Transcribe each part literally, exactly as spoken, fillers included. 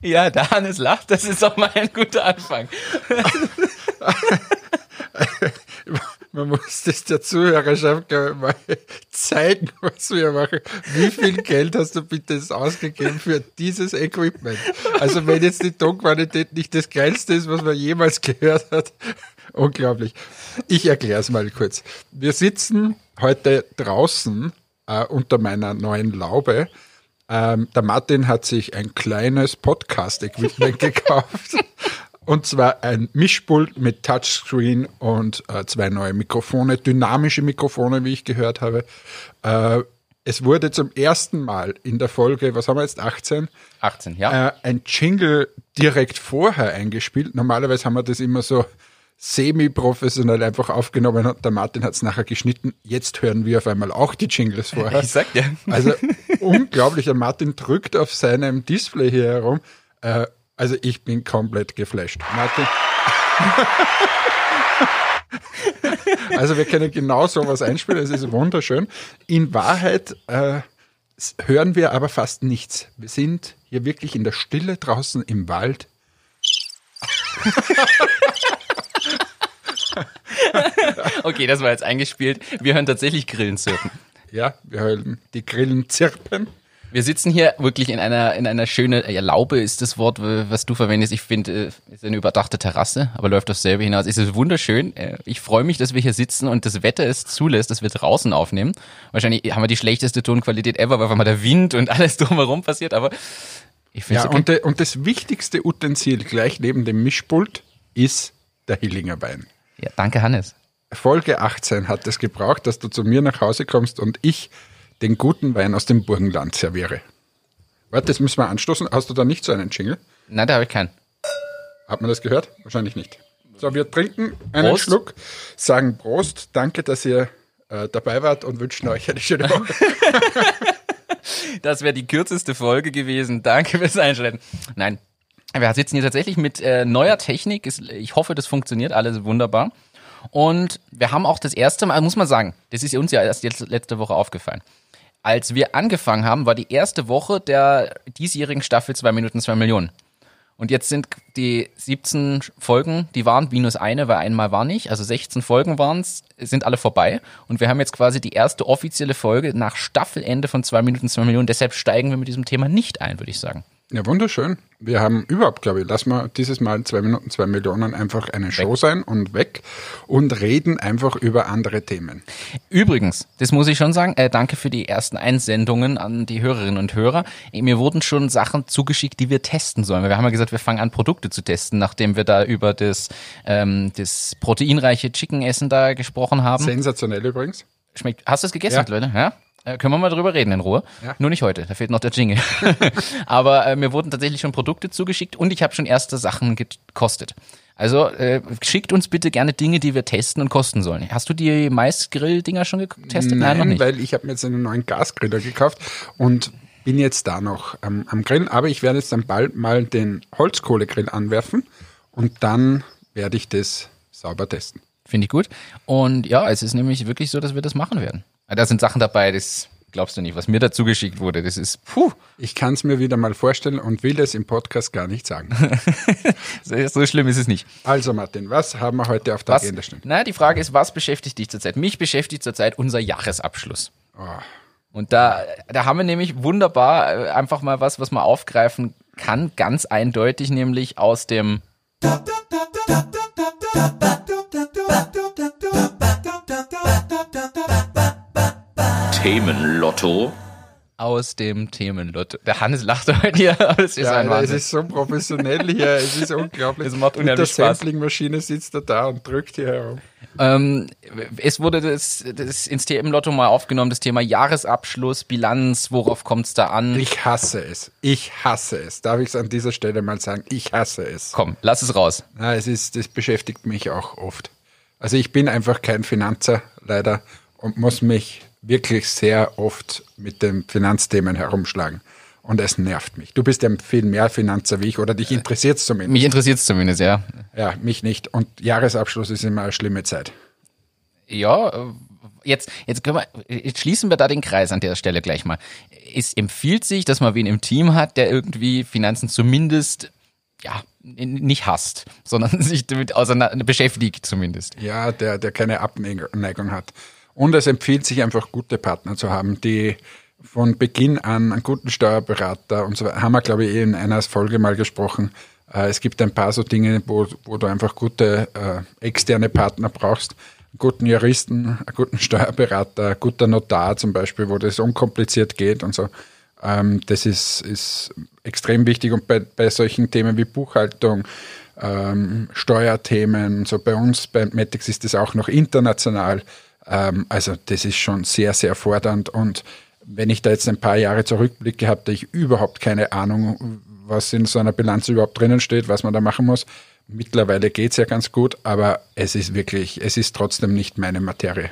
Ja, der Hannes lacht, das ist doch mal ein guter Anfang. Man muss das der Zuhörerschaft mal zeigen, was wir machen. Wie viel Geld hast du bitte ausgegeben für dieses Equipment? Also wenn jetzt die Tonqualität nicht das Geilste ist, was man jemals gehört hat, unglaublich. Ich erkläre es mal kurz. Wir sitzen heute draußen äh, unter meiner neuen Laube. Ähm, der Martin hat sich ein kleines Podcast-Equipment gekauft. Und zwar ein Mischpult mit Touchscreen und äh, zwei neue Mikrofone, dynamische Mikrofone, wie ich gehört habe. Äh, es wurde zum ersten Mal in der Folge, was haben wir jetzt, achtzehn? achtzehn, ja. Äh, ein Jingle direkt vorher eingespielt. Normalerweise haben wir das immer so semi-professionell einfach aufgenommen und der Martin hat es nachher geschnitten. Jetzt hören wir auf einmal auch die Jingles vorher. Ich sag dir. Also unglaublich. Der Martin drückt auf seinem Display hier herum. Äh, also ich bin komplett geflasht. Martin. Also wir können genau sowas einspielen. Es ist wunderschön. In Wahrheit äh, hören wir aber fast nichts. Wir sind hier wirklich in der Stille draußen im Wald. Okay, das war jetzt eingespielt. Wir hören tatsächlich Grillen zirpen. Ja, wir hören die Grillen zirpen. Wir sitzen hier wirklich in einer in einer schönen, ja, Laube ist das Wort, was du verwendest. Ich finde, es ist eine überdachte Terrasse, aber läuft aufs selbe hinaus. Es ist wunderschön. Ich freue mich, dass wir hier sitzen und das Wetter es zulässt, dass wir draußen aufnehmen. Wahrscheinlich haben wir die schlechteste Tonqualität ever, weil mal der Wind und alles drumherum passiert, aber ich finde es ja, okay. und, de, und das wichtigste Utensil gleich neben dem Mischpult ist der Hillinger Wein. Ja, danke, Hannes. Folge achtzehn hat es gebraucht, dass du zu mir nach Hause kommst und ich den guten Wein aus dem Burgenland serviere. Warte, das müssen wir anstoßen. Hast du da nicht so einen Jingle? Nein, da habe ich keinen. Hat man das gehört? Wahrscheinlich nicht. So, wir trinken einen Prost. Schluck, sagen Prost, danke, dass ihr äh, dabei wart und wünschen euch eine schöne Woche. Das wäre die kürzeste Folge gewesen. Danke fürs Einschalten. Nein, wir sitzen hier tatsächlich mit äh, neuer Technik. Ich hoffe, das funktioniert alles wunderbar. Und wir haben auch das erste Mal, muss man sagen, das ist uns ja erst jetzt letzte Woche aufgefallen. Als wir angefangen haben, war die erste Woche der diesjährigen Staffel zwei Minuten zwei Millionen. Und jetzt sind die siebzehn Folgen, die waren minus eine, weil einmal war nicht, also sechzehn Folgen waren es, sind alle vorbei. Und wir haben jetzt quasi die erste offizielle Folge nach Staffelende von zwei Minuten zwei Millionen. Deshalb steigen wir mit diesem Thema nicht ein, würde ich sagen. Ja, wunderschön. Wir haben überhaupt, glaube ich, lassen wir dieses Mal zwei Minuten zwei Millionen einfach eine Show weg sein und weg und reden einfach über andere Themen. Übrigens, das muss ich schon sagen, äh, danke für die ersten Einsendungen an die Hörerinnen und Hörer. Mir wurden schon Sachen zugeschickt, die wir testen sollen. Wir haben ja gesagt, wir fangen an, Produkte zu testen, nachdem wir da über das, ähm, das proteinreiche Chicken-Essen da gesprochen haben. Sensationell übrigens. Schmeckt. Hast du es gegessen, Ja. Leute? Ja? Äh, können wir mal drüber reden in Ruhe. Ja. Nur nicht heute, da fehlt noch der Jingle. Aber äh, mir wurden tatsächlich schon Produkte zugeschickt und ich habe schon erste Sachen gekostet. Also äh, schickt uns bitte gerne Dinge, die wir testen und kosten sollen. Hast du die Maisgrill-Dinger schon getestet? Nein, Nein, noch nicht. weil ich habe mir jetzt einen neuen Gasgriller gekauft und bin jetzt da noch ähm, am Grillen. Aber ich werde jetzt dann bald mal den Holzkohlegrill anwerfen und dann werde ich das sauber testen. Finde ich gut. Und ja, es ist nämlich wirklich so, dass wir das machen werden. Da sind Sachen dabei, das glaubst du nicht, was mir dazu geschickt wurde. Das ist, puh. Ich kann es mir wieder mal vorstellen und will das im Podcast gar nicht sagen. So schlimm ist es nicht. Also Martin, was haben wir heute auf der Was, Agenda stehen? na, die Frage ist, was beschäftigt dich zurzeit? Mich beschäftigt zurzeit unser Jahresabschluss. Oh. Und da, da haben wir nämlich wunderbar äh, einfach mal was, was man aufgreifen kann, ganz eindeutig, nämlich aus dem Themenlotto. aus dem Themenlotto. Der Hannes lacht heute hier, aber das ist Ja, ein Alter, es Wahnsinn. ist so professionell hier, es ist unglaublich. Es macht Mit der unheimlich Spaß. Sampling-Maschine sitzt er da und drückt hier herum. Ähm, es wurde das, das ins Themenlotto mal aufgenommen, das Thema Jahresabschluss, Bilanz, worauf kommt es da an? Ich hasse es. Ich hasse es. Darf ich es an dieser Stelle mal sagen? Ich hasse es. Komm, lass es raus. Na, es ist, das beschäftigt mich auch oft. Also ich bin einfach kein Finanzer, leider, und muss mich wirklich sehr oft mit den Finanzthemen herumschlagen. Und es nervt mich. Du bist ja viel mehr Finanzer wie ich, oder dich interessiert es zumindest. Mich interessiert es zumindest, ja. Ja, mich nicht. Und Jahresabschluss ist immer eine schlimme Zeit. Ja, äh, jetzt, jetzt können wir, jetzt schließen wir da den Kreis an der Stelle gleich mal. Es empfiehlt sich, dass man wen im Team hat, der irgendwie Finanzen zumindest, ja, nicht hasst, sondern sich damit auseinander beschäftigt zumindest. Ja, der, der keine Abneigung hat. Und es empfiehlt sich einfach, gute Partner zu haben, die von Beginn an einen guten Steuerberater und so weiter, haben wir, glaube ich, eh in einer Folge mal gesprochen. Es gibt ein paar so Dinge, wo, wo du einfach gute äh, externe Partner brauchst, einen guten Juristen, einen guten Steuerberater, ein guter Notar zum Beispiel, wo das unkompliziert geht und so. Ähm, das ist, ist extrem wichtig und bei, bei solchen Themen wie Buchhaltung, ähm, Steuerthemen, so bei uns, bei Matix ist das auch noch international. Ähm, also das ist schon sehr, sehr fordernd und wenn ich da jetzt ein paar Jahre zurückblicke, hatte ich überhaupt keine Ahnung, was in so einer Bilanz überhaupt drinnen steht, was man da machen muss. Mittlerweile geht es ja ganz gut, aber es ist wirklich, es ist trotzdem nicht meine Materie.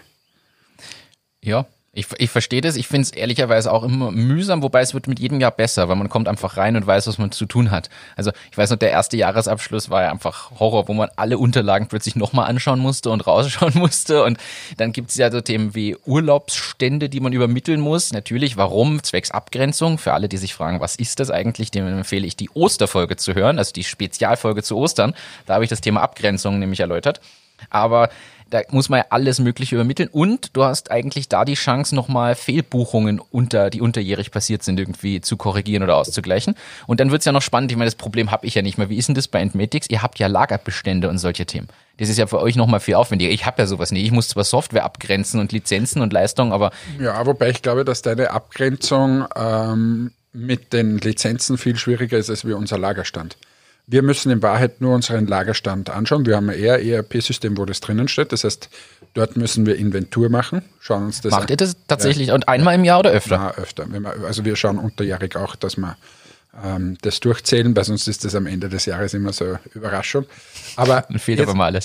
Ja, ich, ich verstehe das. Ich finde es ehrlicherweise auch immer mühsam, wobei es wird mit jedem Jahr besser, weil man kommt einfach rein und weiß, was man zu tun hat. Also ich weiß noch, der erste Jahresabschluss war ja einfach Horror, wo man alle Unterlagen plötzlich nochmal anschauen musste und rausschauen musste. Und dann gibt es ja so Themen wie Urlaubsstände, die man übermitteln muss. Natürlich, warum? Zwecks Abgrenzung. Für alle, die sich fragen, was ist das eigentlich? Dem empfehle ich, die Osterfolge zu hören, also die Spezialfolge zu Ostern. Da habe ich das Thema Abgrenzung nämlich erläutert. Aber da muss man ja alles Mögliche übermitteln und du hast eigentlich da die Chance, nochmal Fehlbuchungen, unter, die unterjährig passiert sind, irgendwie zu korrigieren oder auszugleichen. Und dann wird's ja noch spannend, ich meine, das Problem habe ich ja nicht mehr. Wie ist denn das bei Entmatics? Ihr habt ja Lagerbestände und solche Themen. Das ist ja für euch nochmal viel aufwendiger. Ich habe ja sowas nicht. Ich muss zwar Software abgrenzen und Lizenzen und Leistungen, aber... Ja, wobei ich glaube, dass deine Abgrenzung ähm, mit den Lizenzen viel schwieriger ist als wie unser Lagerstand. Wir müssen in Wahrheit nur unseren Lagerstand anschauen. Wir haben ein E R P-System, wo das drinnen steht. Das heißt, dort müssen wir Inventur machen. Schauen uns das Macht an. ihr das tatsächlich ja. Und einmal im Jahr oder öfter? Ja, öfter. Also wir schauen unterjährig auch, dass wir ähm, das durchzählen, weil sonst ist das am Ende des Jahres immer so eine Überraschung. Aber dann fehlt jetzt, aber mal alles.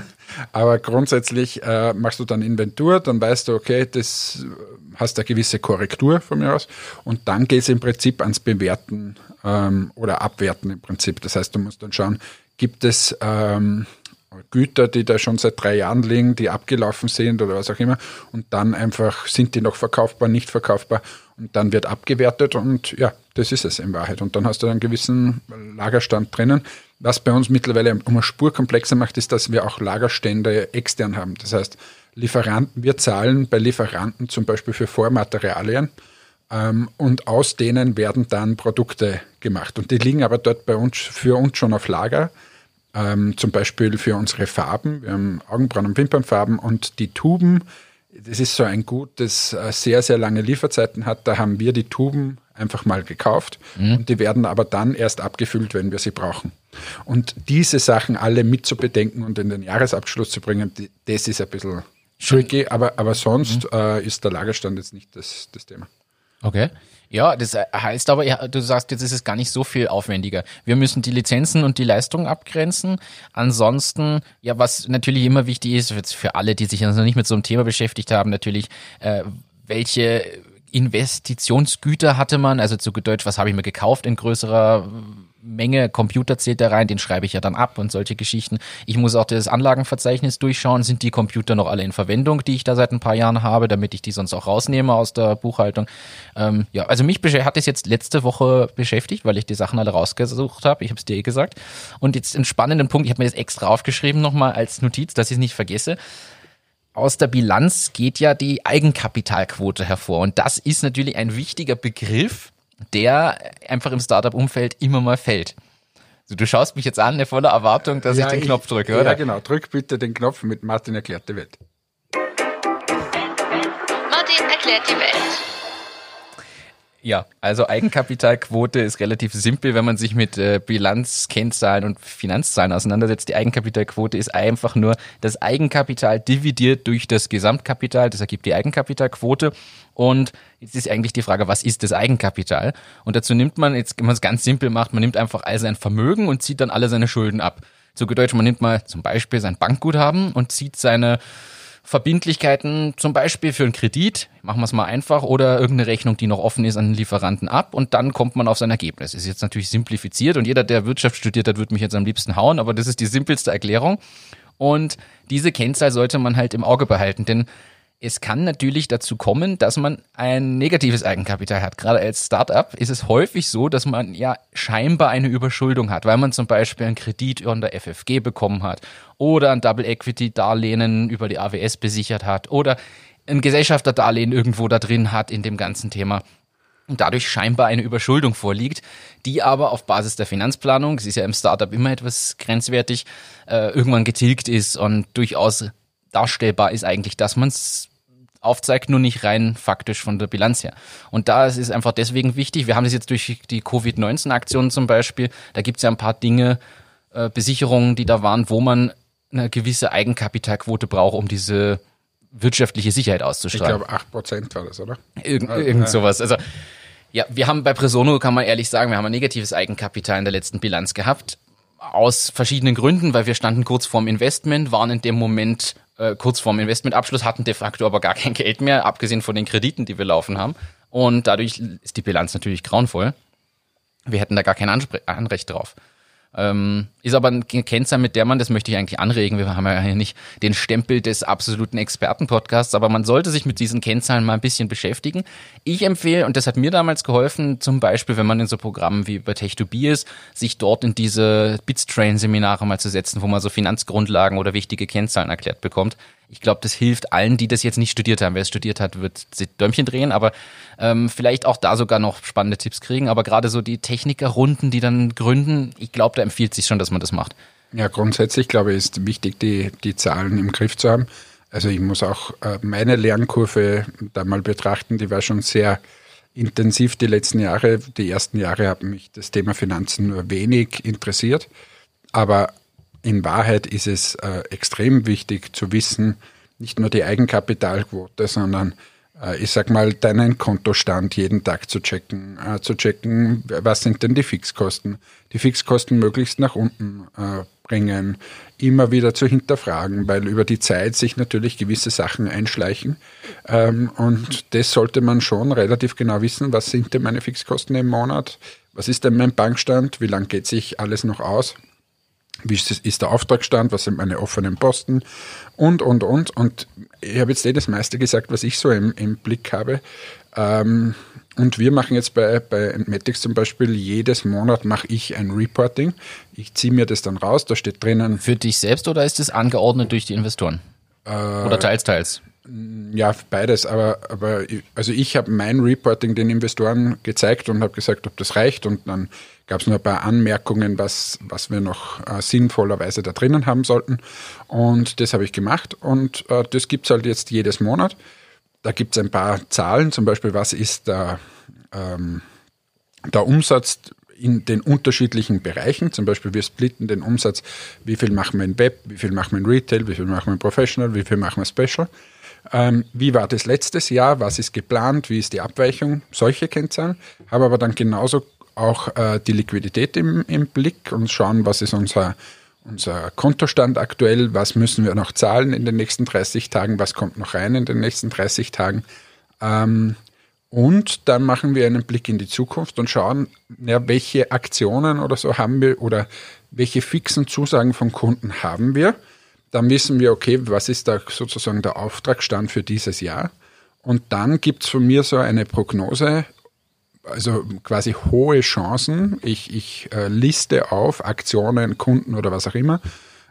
Aber grundsätzlich äh, machst du dann Inventur, dann weißt du, okay, das hast eine gewisse Korrektur von mir aus und dann geht es im Prinzip ans Bewerten ähm, oder Abwerten im Prinzip. Das heißt, du musst dann schauen, gibt es ähm, Güter, die da schon seit drei Jahren liegen, die abgelaufen sind oder was auch immer und dann einfach, sind die noch verkaufbar, nicht verkaufbar und dann wird abgewertet und ja, das ist es in Wahrheit. Und dann hast du einen gewissen Lagerstand drinnen. Was bei uns mittlerweile um eine Spur komplexer macht, ist, dass wir auch Lagerstände extern haben. Das heißt, Lieferanten, wir zahlen bei Lieferanten zum Beispiel für Vormaterialien ähm, und aus denen werden dann Produkte gemacht. Und die liegen aber dort bei uns für uns schon auf Lager. Ähm, zum Beispiel für unsere Farben. Wir haben Augenbrauen- und Wimpernfarben und die Tuben. Das ist so ein Gut, das sehr, sehr lange Lieferzeiten hat. Da haben wir die Tuben einfach mal gekauft mhm. und die werden aber dann erst abgefüllt, wenn wir sie brauchen. Und diese Sachen alle mit zu bedenken und in den Jahresabschluss zu bringen, das ist ein bisschen tricky, aber, aber sonst mhm. äh, ist der Lagerstand jetzt nicht das, das Thema. Okay. Ja, das heißt aber, ja, du sagst, jetzt ist es gar nicht so viel aufwendiger. Wir müssen die Lizenzen und die Leistungen abgrenzen. Ansonsten, ja, was natürlich immer wichtig ist, jetzt für alle, die sich also nicht mit so einem Thema beschäftigt haben, natürlich, äh, welche Investitionsgüter hatte man, also zu Deutsch, was habe ich mir gekauft in größerer Menge, Computer zählt da rein, den schreibe ich ja dann ab und solche Geschichten. Ich muss auch das Anlagenverzeichnis durchschauen, sind die Computer noch alle in Verwendung, die ich da seit ein paar Jahren habe, damit ich die sonst auch rausnehme aus der Buchhaltung. Ähm, ja, also mich hat es jetzt letzte Woche beschäftigt, weil ich die Sachen alle rausgesucht habe, ich habe es dir eh gesagt. Und jetzt einen spannenden Punkt, ich habe mir das extra aufgeschrieben nochmal als Notiz, dass ich es nicht vergesse. Aus der Bilanz geht ja die Eigenkapitalquote hervor und das ist natürlich ein wichtiger Begriff, der einfach im Startup-Umfeld immer mal fällt. Also du schaust mich jetzt an, in voller Erwartung, dass ja, ich den ich, Knopf drücke, oder? Ja, genau. Drück bitte den Knopf mit Martin erklärt die Welt. Martin erklärt die Welt. Ja, also Eigenkapitalquote ist relativ simpel, wenn man sich mit äh, Bilanz, Kennzahlen und Finanzzahlen auseinandersetzt. Die Eigenkapitalquote ist einfach nur das Eigenkapital dividiert durch das Gesamtkapital. Das ergibt die Eigenkapitalquote. Und jetzt ist eigentlich die Frage, was ist das Eigenkapital? Und dazu nimmt man, jetzt, wenn man es ganz simpel macht, man nimmt einfach all sein Vermögen und zieht dann alle seine Schulden ab. Zu Deutsch, man nimmt mal zum Beispiel sein Bankguthaben und zieht seine Verbindlichkeiten zum Beispiel für einen Kredit, machen wir es mal einfach, oder irgendeine Rechnung, die noch offen ist, an den Lieferanten ab und dann kommt man auf sein Ergebnis. Ist jetzt natürlich simplifiziert und jeder, der Wirtschaft studiert hat, wird mich jetzt am liebsten hauen, aber das ist die simpelste Erklärung und diese Kennzahl sollte man halt im Auge behalten, denn Es kann natürlich dazu kommen, dass man ein negatives Eigenkapital hat. Gerade als Startup ist es häufig so, dass man ja scheinbar eine Überschuldung hat, weil man zum Beispiel einen Kredit über der F F G bekommen hat oder ein Double Equity Darlehen über die A W S besichert hat oder ein Gesellschafterdarlehen irgendwo da drin hat in dem ganzen Thema. Und dadurch scheinbar eine Überschuldung vorliegt, die aber auf Basis der Finanzplanung, es ist ja im Startup immer etwas grenzwertig, äh, irgendwann getilgt ist und durchaus darstellbar ist eigentlich, dass man es aufzeigt, nur nicht rein faktisch von der Bilanz her. Und da ist es einfach deswegen wichtig, wir haben das jetzt durch die Covid neunzehn Aktion zum Beispiel, da gibt es ja ein paar Dinge, äh, Besicherungen, die da waren, wo man eine gewisse Eigenkapitalquote braucht, um diese wirtschaftliche Sicherheit auszustrahlen. Ich glaube acht Prozent war das, oder? Irgend, irgend sowas. Also ja, wir haben bei Presono, kann man ehrlich sagen, wir haben ein negatives Eigenkapital in der letzten Bilanz gehabt. Aus verschiedenen Gründen, weil wir standen kurz vorm Investment, waren in dem Moment äh, kurz vorm Investmentabschluss, hatten de facto aber gar kein Geld mehr, abgesehen von den Krediten, die wir laufen haben. Und dadurch ist die Bilanz natürlich grauenvoll. Wir hätten da gar kein Anspre- Anrecht drauf. Ähm, ist aber eine Kennzahl, mit der man, das möchte ich eigentlich anregen, wir haben ja hier nicht den Stempel des absoluten Expertenpodcasts, aber man sollte sich mit diesen Kennzahlen mal ein bisschen beschäftigen. Ich empfehle, und das hat mir damals geholfen, zum Beispiel, wenn man in so Programmen wie bei Tech to Be ist, sich dort in diese Bitstrain-Seminare mal zu setzen, wo man so Finanzgrundlagen oder wichtige Kennzahlen erklärt bekommt. Ich glaube, das hilft allen, die das jetzt nicht studiert haben. Wer es studiert hat, wird Däumchen drehen, aber ähm, vielleicht auch da sogar noch spannende Tipps kriegen. Aber gerade so die Technikerrunden, die dann gründen, ich glaube, da empfiehlt sich schon, dass man das macht. Ja, grundsätzlich glaube ich, ist wichtig, die, die Zahlen im Griff zu haben. Also ich muss auch äh, meine Lernkurve da mal betrachten, die war schon sehr intensiv die letzten Jahre. Die ersten Jahre hat mich das Thema Finanzen nur wenig interessiert, aber in Wahrheit ist es äh, extrem wichtig zu wissen, nicht nur die Eigenkapitalquote, sondern äh, ich sag mal, deinen Kontostand jeden Tag zu checken, äh, zu checken, was sind denn die Fixkosten, die Fixkosten möglichst nach unten äh, bringen, immer wieder zu hinterfragen, weil über die Zeit sich natürlich gewisse Sachen einschleichen ähm, und das sollte man schon relativ genau wissen, was sind denn meine Fixkosten im Monat, was ist denn mein Bankstand, wie lang geht sich alles noch aus. Wie ist, das, ist der Auftragsstand, was sind meine offenen Posten und, und, und. Und ich habe jetzt eh das meiste gesagt, was ich so im, im Blick habe. Ähm, und wir machen jetzt bei, bei Entmatics zum Beispiel, jedes Monat mache ich ein Reporting. Ich ziehe mir das dann raus, da steht drinnen. Für dich selbst oder ist es angeordnet durch die Investoren? Äh, oder teils, teils? Ja, beides, aber, aber also ich habe mein Reporting den Investoren gezeigt und habe gesagt, ob das reicht und dann gab es noch ein paar Anmerkungen, was, was wir noch äh, sinnvollerweise da drinnen haben sollten und das habe ich gemacht und äh, das gibt es halt jetzt jedes Monat. Da gibt es ein paar Zahlen, zum Beispiel was ist der, ähm, der Umsatz in den unterschiedlichen Bereichen, zum Beispiel wir splitten den Umsatz, wie viel machen wir in Web, wie viel machen wir in Retail, wie viel machen wir in Professional, wie viel machen wir Special. Ähm, wie war das letztes Jahr, was ist geplant, wie ist die Abweichung, solche Kennzahlen, habe aber dann genauso auch äh, die Liquidität im, im Blick und schauen, was ist unser, unser Kontostand aktuell, was müssen wir noch zahlen in den nächsten dreißig Tagen, was kommt noch rein in den nächsten dreißig Tagen. Ähm, und dann machen wir einen Blick in die Zukunft und schauen, ja, welche Aktionen oder so haben wir oder welche fixen Zusagen von Kunden haben wir. Dann wissen wir, okay, was ist da sozusagen der Auftragsstand für dieses Jahr? Und dann gibt es von mir so eine Prognose, also quasi hohe Chancen. Ich, ich äh, liste auf Aktionen, Kunden oder was auch immer,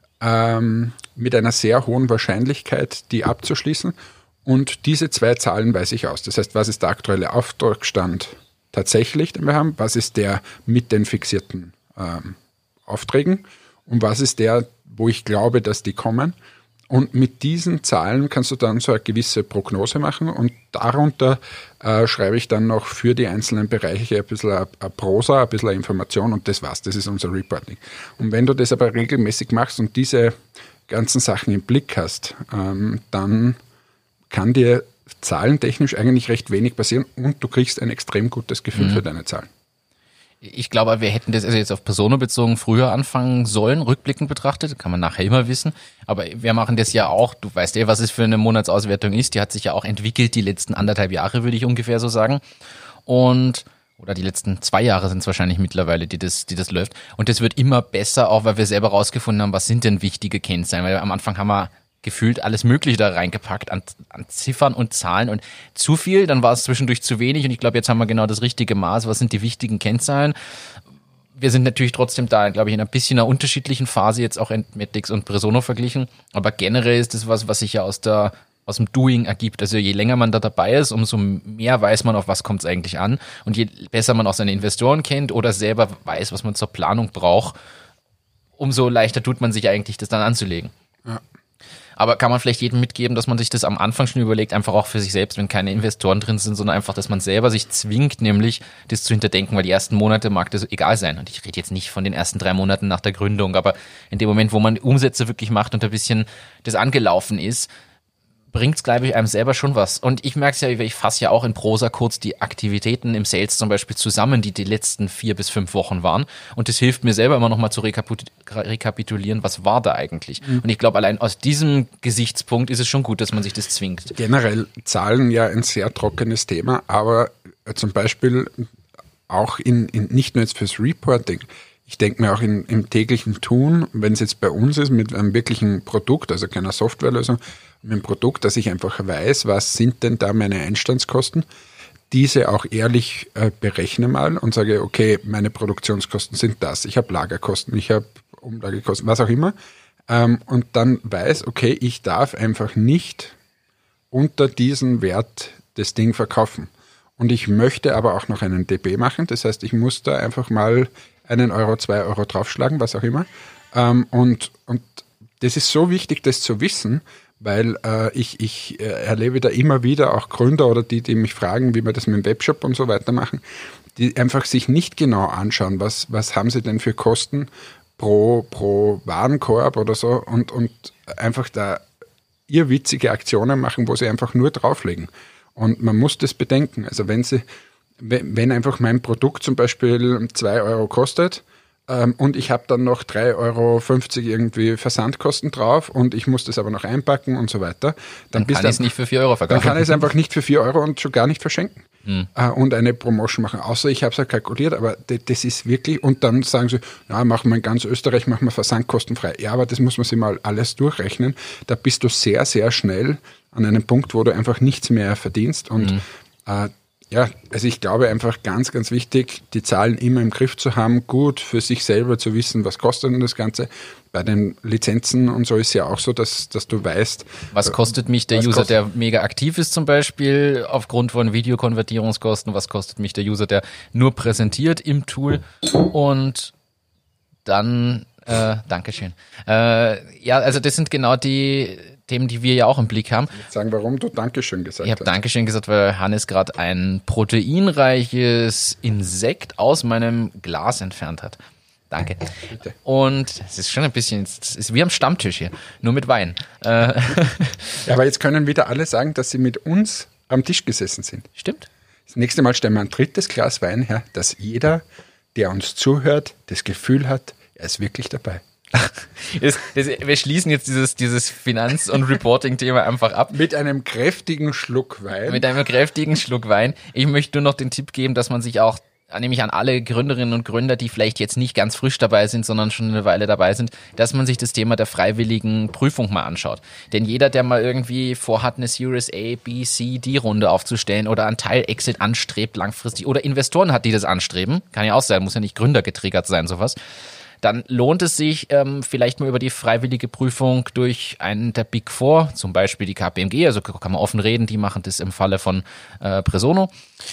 ähm, mit einer sehr hohen Wahrscheinlichkeit, die abzuschließen. Und diese zwei Zahlen weise ich aus. Das heißt, was ist der aktuelle Auftragsstand tatsächlich, den wir haben? Was ist der mit den fixierten ähm, Aufträgen? Und was ist der, wo ich glaube, dass die kommen? Und mit diesen Zahlen kannst du dann so eine gewisse Prognose machen und darunter äh, schreibe ich dann noch für die einzelnen Bereiche ein bisschen eine, eine Prosa, ein bisschen eine Information und das war's, das ist unser Reporting. Und wenn du das aber regelmäßig machst und diese ganzen Sachen im Blick hast, ähm, dann kann dir zahlentechnisch eigentlich recht wenig passieren und du kriegst ein extrem gutes Gefühl mhm. für deine Zahlen. Ich glaube, wir hätten das also jetzt auf Personen bezogen früher anfangen sollen, rückblickend betrachtet, kann man nachher immer wissen. Aber wir machen das ja auch, du weißt ja, was es für eine Monatsauswertung ist, die hat sich ja auch entwickelt, die letzten anderthalb Jahre, würde ich ungefähr so sagen. Und, oder die letzten zwei Jahre sind es wahrscheinlich mittlerweile, die das, die das läuft. Und das wird immer besser, auch weil wir selber rausgefunden haben, was sind denn wichtige Kennzahlen. Weil am Anfang haben wir gefühlt alles Mögliche da reingepackt an, an Ziffern und Zahlen und zu viel, dann war es zwischendurch zu wenig und ich glaube, jetzt haben wir genau das richtige Maß. Was sind die wichtigen Kennzahlen? Wir sind natürlich trotzdem da, glaube ich, in ein bisschen einer unterschiedlichen Phase jetzt auch Entmetics und Presono verglichen, aber generell ist das was, was sich ja aus der aus dem Doing ergibt. Also je länger man da dabei ist, umso mehr weiß man, auf was kommt es eigentlich an. Und je besser man auch seine Investoren kennt oder selber weiß, was man zur Planung braucht, umso leichter tut man sich eigentlich, das dann anzulegen. Ja. Aber kann man vielleicht jedem mitgeben, dass man sich das am Anfang schon überlegt, einfach auch für sich selbst, wenn keine Investoren drin sind, sondern einfach, dass man selber sich zwingt, nämlich das zu hinterdenken, weil die ersten Monate mag das egal sein. Und ich rede jetzt nicht von den ersten drei Monaten nach der Gründung, aber in dem Moment, wo man Umsätze wirklich macht und ein bisschen das angelaufen ist, bringt's, glaube ich, einem selber schon was. Und ich merke es ja, ich fasse ja auch in Prosa kurz die Aktivitäten im Sales zum Beispiel zusammen, die die letzten vier bis fünf Wochen waren. Und das hilft mir selber immer nochmal zu rekapitulieren, was war da eigentlich. Mhm. Und ich glaube, allein aus diesem Gesichtspunkt ist es schon gut, dass man sich das zwingt. Generell Zahlen ja ein sehr trockenes Thema, aber zum Beispiel auch in, in nicht nur jetzt fürs Reporting. Ich denke mir auch in, im täglichen Tun, wenn es jetzt bei uns ist, mit einem wirklichen Produkt, also keiner Softwarelösung, mit einem Produkt, dass ich einfach weiß, was sind denn da meine Einstandskosten, diese auch ehrlich äh, berechne mal und sage, okay, meine Produktionskosten sind das, ich habe Lagerkosten, ich habe Umlagekosten, was auch immer, ähm, und dann weiß, okay, ich darf einfach nicht unter diesen Wert das Ding verkaufen. Und ich möchte aber auch noch einen D B machen, das heißt, ich muss da einfach mal einen Euro, zwei Euro draufschlagen, was auch immer. Ähm, und, und das ist so wichtig, das zu wissen, weil äh, ich, ich äh, erlebe da immer wieder auch Gründer oder die, die mich fragen, wie wir das mit dem Webshop und so weiter machen, die einfach sich nicht genau anschauen, was, was haben sie denn für Kosten pro, pro Warenkorb oder so und, und einfach da irrwitzige Aktionen machen, wo sie einfach nur drauflegen. Und man muss das bedenken. Also wenn sie Wenn einfach mein Produkt zum Beispiel zwei Euro kostet ähm, und ich habe dann noch drei Euro fünfzig irgendwie Versandkosten drauf und ich muss das aber noch einpacken und so weiter, dann, dann kann ich es nicht für vier Euro verkaufen. Dann kann ich es einfach nicht für vier Euro und schon gar nicht verschenken hm. äh, und eine Promotion machen. Außer ich habe es ja kalkuliert, aber d- das ist wirklich, und dann sagen sie, ja, machen wir in ganz Österreich, machen wir versandkostenfrei. Ja, aber das muss man sich mal alles durchrechnen. Da bist du sehr, sehr schnell an einem Punkt, wo du einfach nichts mehr verdienst und hm. äh, ja, also ich glaube einfach ganz, ganz wichtig, die Zahlen immer im Griff zu haben, gut für sich selber zu wissen, was kostet denn das Ganze. Bei den Lizenzen und so ist ja auch so, dass, dass du weißt. Was kostet mich der User, kostet, der mega aktiv ist zum Beispiel, aufgrund von Videokonvertierungskosten? Was kostet mich der User, der nur präsentiert im Tool? Und dann, äh, Dankeschön. Äh, ja, also das sind genau die Themen, die wir ja auch im Blick haben. Sagen, warum du Dankeschön gesagt hast. Ich habe Dankeschön gesagt, weil Hannes gerade ein proteinreiches Insekt aus meinem Glas entfernt hat. Danke. Bitte. Und es ist schon ein bisschen, es ist wie am Stammtisch hier, nur mit Wein. Ja, aber jetzt können wieder alle sagen, dass sie mit uns am Tisch gesessen sind. Stimmt. Das nächste Mal stellen wir ein drittes Glas Wein her, dass jeder, der uns zuhört, das Gefühl hat, er ist wirklich dabei. Das, das, wir schließen jetzt dieses, dieses Finanz- und Reporting-Thema einfach ab. Mit einem kräftigen Schluck Wein. Mit einem kräftigen Schluck Wein. Ich möchte nur noch den Tipp geben, dass man sich auch, nämlich an alle Gründerinnen und Gründer, die vielleicht jetzt nicht ganz frisch dabei sind, sondern schon eine Weile dabei sind, dass man sich das Thema der freiwilligen Prüfung mal anschaut. Denn jeder, der mal irgendwie vorhat, eine Series A, B, C, D-Runde aufzustellen oder einen Teil-Exit anstrebt langfristig oder Investoren hat, die das anstreben, kann ja auch sein, muss ja nicht Gründer getriggert sein, sowas, dann lohnt es sich ähm, vielleicht mal über die freiwillige Prüfung durch einen der Big Four, zum Beispiel die K P M G, also kann man offen reden, die machen das im Falle von äh, Presono,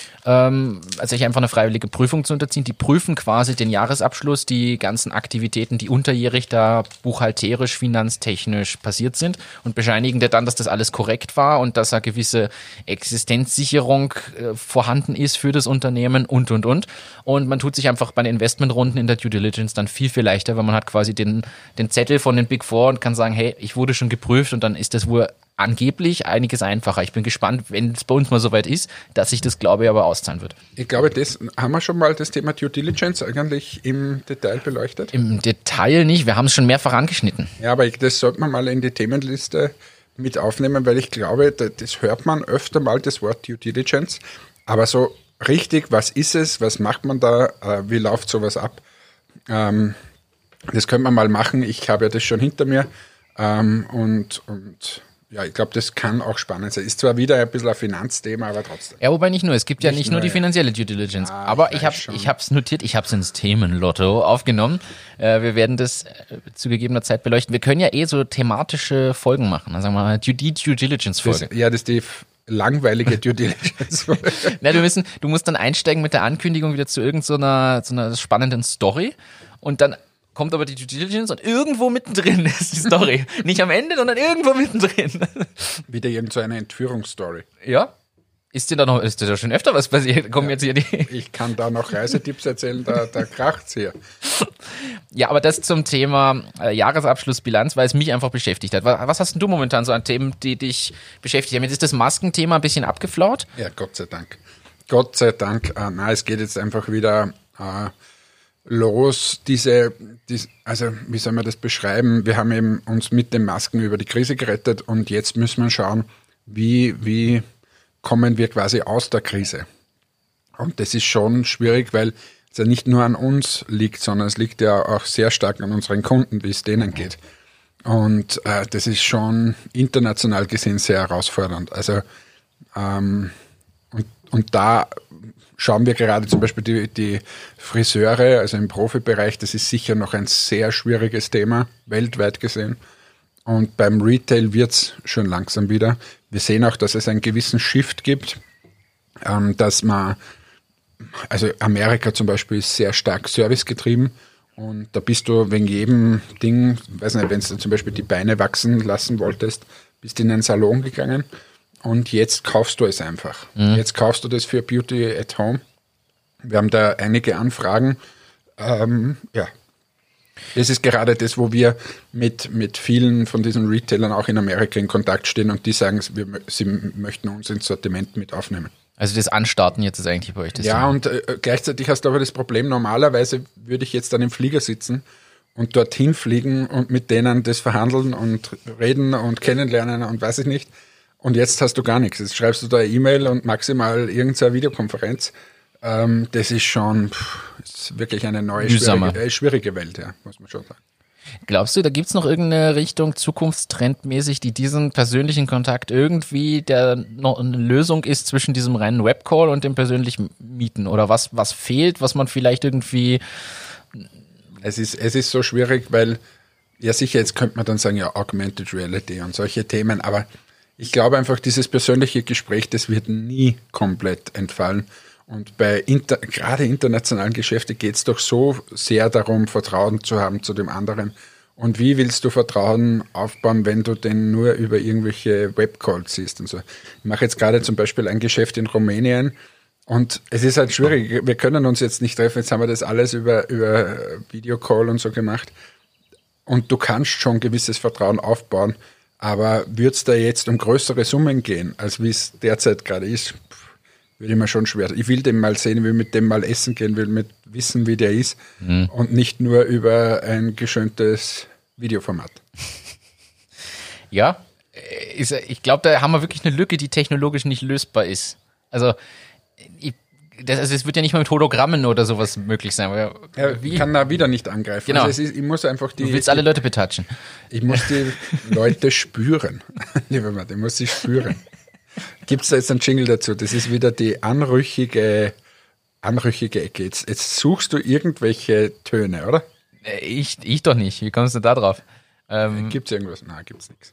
ähm, also sich einfach eine freiwillige Prüfung zu unterziehen. Die prüfen quasi den Jahresabschluss, die ganzen Aktivitäten, die unterjährig da buchhalterisch, finanztechnisch passiert sind und bescheinigen dir dann, dass das alles korrekt war und dass eine gewisse Existenzsicherung äh, vorhanden ist für das Unternehmen und, und, und. Und man tut sich einfach bei den Investmentrunden in der Due Diligence dann viel, viel leichter, weil man hat quasi den, den Zettel von den Big Four und kann sagen, hey, ich wurde schon geprüft und dann ist das wohl angeblich einiges einfacher. Ich bin gespannt, wenn es bei uns mal soweit ist, dass sich das, glaube ich, aber auszahlen wird. Ich glaube, das haben wir schon mal das Thema Due Diligence eigentlich im Detail beleuchtet. Im Detail nicht, wir haben es schon mehrfach angeschnitten. Ja, aber ich, das sollte man mal in die Themenliste mit aufnehmen, weil ich glaube, das hört man öfter mal, das Wort Due Diligence. Aber so richtig, was ist es, was macht man da, wie läuft sowas ab? Ähm, das könnte man mal machen. Ich habe ja das schon hinter mir. Ähm, und, und ja, ich glaube, das kann auch spannend sein. Ist zwar wieder ein bisschen ein Finanzthema, aber trotzdem. Ja, wobei nicht nur. Es gibt ja Nicht nicht nur die nur, finanzielle Due Diligence. Ja, aber ich ich habe weiß schon. ich habe es notiert, ich habe es ins Themenlotto aufgenommen. Äh, wir werden das äh, zu gegebener Zeit beleuchten. Wir können ja eh so thematische Folgen machen. Also sagen wir mal, die Due Diligence Das, Folge. ja, das ist die f- langweilige Due Diligence. Na, wir müssen, du musst dann einsteigen mit der Ankündigung wieder zu irgendeiner so einer spannenden Story und dann kommt aber die Due Diligence und irgendwo mittendrin ist die Story. Nicht am Ende, sondern irgendwo mittendrin. Wieder irgend so eine Entführungsstory. Ja? Ist dir da noch, ist dir da schon öfter was passiert? Kommen jetzt hier die. Ich kann da noch Reisetipps erzählen, da, da kracht's hier. Ja, aber das zum Thema äh, Jahresabschlussbilanz, weil es mich einfach beschäftigt hat. Was, was hast denn du momentan so an Themen, die dich beschäftigt haben? Jetzt ist das Maskenthema ein bisschen abgeflaut. Ja, Gott sei Dank. Gott sei Dank. Äh, na, es geht jetzt einfach wieder äh, los. Diese, dies, also wie soll man das beschreiben? Wir haben eben uns mit den Masken über die Krise gerettet und jetzt müssen wir schauen, wie, wie kommen wir quasi aus der Krise. Und das ist schon schwierig, weil es ja nicht nur an uns liegt, sondern es liegt ja auch sehr stark an unseren Kunden, wie es denen geht. Und äh, das ist schon international gesehen sehr herausfordernd. Also ähm, und, und da schauen wir gerade zum Beispiel die, die Friseure, also im Profibereich, das ist sicher noch ein sehr schwieriges Thema, weltweit gesehen. Und beim Retail wird's schon langsam wieder. Wir sehen auch, dass es einen gewissen Shift gibt, ähm, dass man, also Amerika zum Beispiel ist sehr stark servicegetrieben und da bist du wegen jedem Ding, weiß nicht, wenn du zum Beispiel die Beine wachsen lassen wolltest, bist in einen Salon gegangen und jetzt kaufst du es einfach. Mhm. Jetzt kaufst du das für Beauty at Home. Wir haben da einige Anfragen. Ähm, ja. Das ist gerade das, wo wir mit, mit vielen von diesen Retailern auch in Amerika in Kontakt stehen und die sagen, wir, sie möchten uns ins Sortiment mit aufnehmen. Also das Anstarten jetzt ist eigentlich bei euch das Ja, Thema. und äh, gleichzeitig hast du aber das Problem, normalerweise würde ich jetzt dann im Flieger sitzen und dorthin fliegen und mit denen das verhandeln und reden und kennenlernen und weiß ich nicht. Und jetzt hast du gar nichts. Jetzt schreibst du da eine E-Mail und maximal irgendeine Videokonferenz. Ähm, das ist schon pff, ist wirklich eine neue, schwierige, äh, schwierige Welt, ja, muss man schon sagen. Glaubst du, da gibt's noch irgendeine Richtung zukunftstrendmäßig, die diesen persönlichen Kontakt irgendwie der noch eine Lösung ist zwischen diesem reinen Webcall und dem persönlichen Mieten? Oder was, was fehlt, was man vielleicht irgendwie... Es ist, es ist so schwierig, weil, ja sicher, jetzt könnte man dann sagen, ja, Augmented Reality und solche Themen, aber ich glaube einfach, dieses persönliche Gespräch, das wird nie komplett entfallen. Und bei inter, gerade internationalen Geschäften geht es doch so sehr darum, Vertrauen zu haben zu dem anderen. Und wie willst du Vertrauen aufbauen, wenn du den nur über irgendwelche Webcalls siehst und so? Ich mache jetzt gerade zum Beispiel ein Geschäft in Rumänien und es ist halt schwierig. Wir können uns jetzt nicht treffen. Jetzt haben wir das alles über, über Videocall und so gemacht. Und du kannst schon gewisses Vertrauen aufbauen. Aber würde es da jetzt um größere Summen gehen, als wie es derzeit gerade ist, würde ich mir schon schwer. Ich will den mal sehen, will mit dem mal essen gehen, will mit wissen, wie der ist mhm. und nicht nur über ein geschöntes Videoformat. Ja, ist, ich glaube, da haben wir wirklich eine Lücke, die technologisch nicht lösbar ist. Also, ich, das, also es wird ja nicht mal mit Hologrammen oder sowas möglich sein. Weil, ja, wie? Ich kann da wieder nicht angreifen. Genau. Also es ist, ich muss einfach die, du willst alle Leute betatschen. Ich muss die Leute spüren. Lieber Mann, ich muss sie spüren. Gibt es da jetzt einen Jingle dazu? Das ist wieder die anrüchige, anrüchige Ecke. Jetzt, jetzt suchst du irgendwelche Töne, oder? Ich, ich doch nicht. Wie kommst du da drauf? Ähm, Gibt es irgendwas? Nein, gibt's nichts.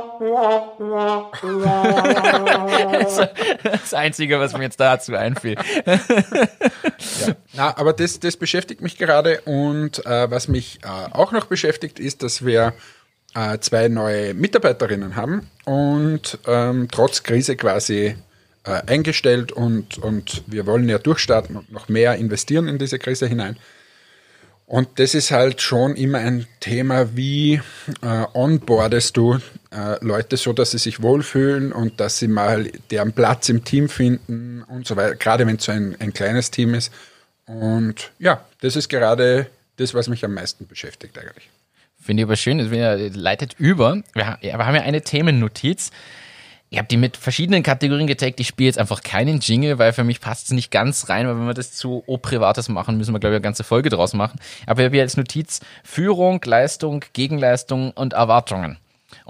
Das Einzige, was mir jetzt dazu einfiel. Ja. Na, aber das, das beschäftigt mich gerade und äh, was mich äh, auch noch beschäftigt, ist, dass wir äh, zwei neue Mitarbeiterinnen haben und ähm, trotz Krise quasi äh, eingestellt und, und wir wollen ja durchstarten und noch mehr investieren in diese Krise hinein. Und das ist halt schon immer ein Thema, wie äh, onboardest du äh, Leute so, dass sie sich wohlfühlen und dass sie mal deren Platz im Team finden und so weiter, gerade wenn es so ein, ein kleines Team ist. Und ja, das ist gerade das, was mich am meisten beschäftigt eigentlich. Finde ich aber schön, es leitet über. Wir haben ja eine Themennotiz. Ich habe die mit verschiedenen Kategorien getaggt. Ich spiele jetzt einfach keinen Jingle, weil für mich passt es nicht ganz rein, weil wenn wir das zu O-Privates machen, müssen wir, glaube ich, eine ganze Folge draus machen. Aber ich habe hier als Notiz Führung, Leistung, Gegenleistung und Erwartungen.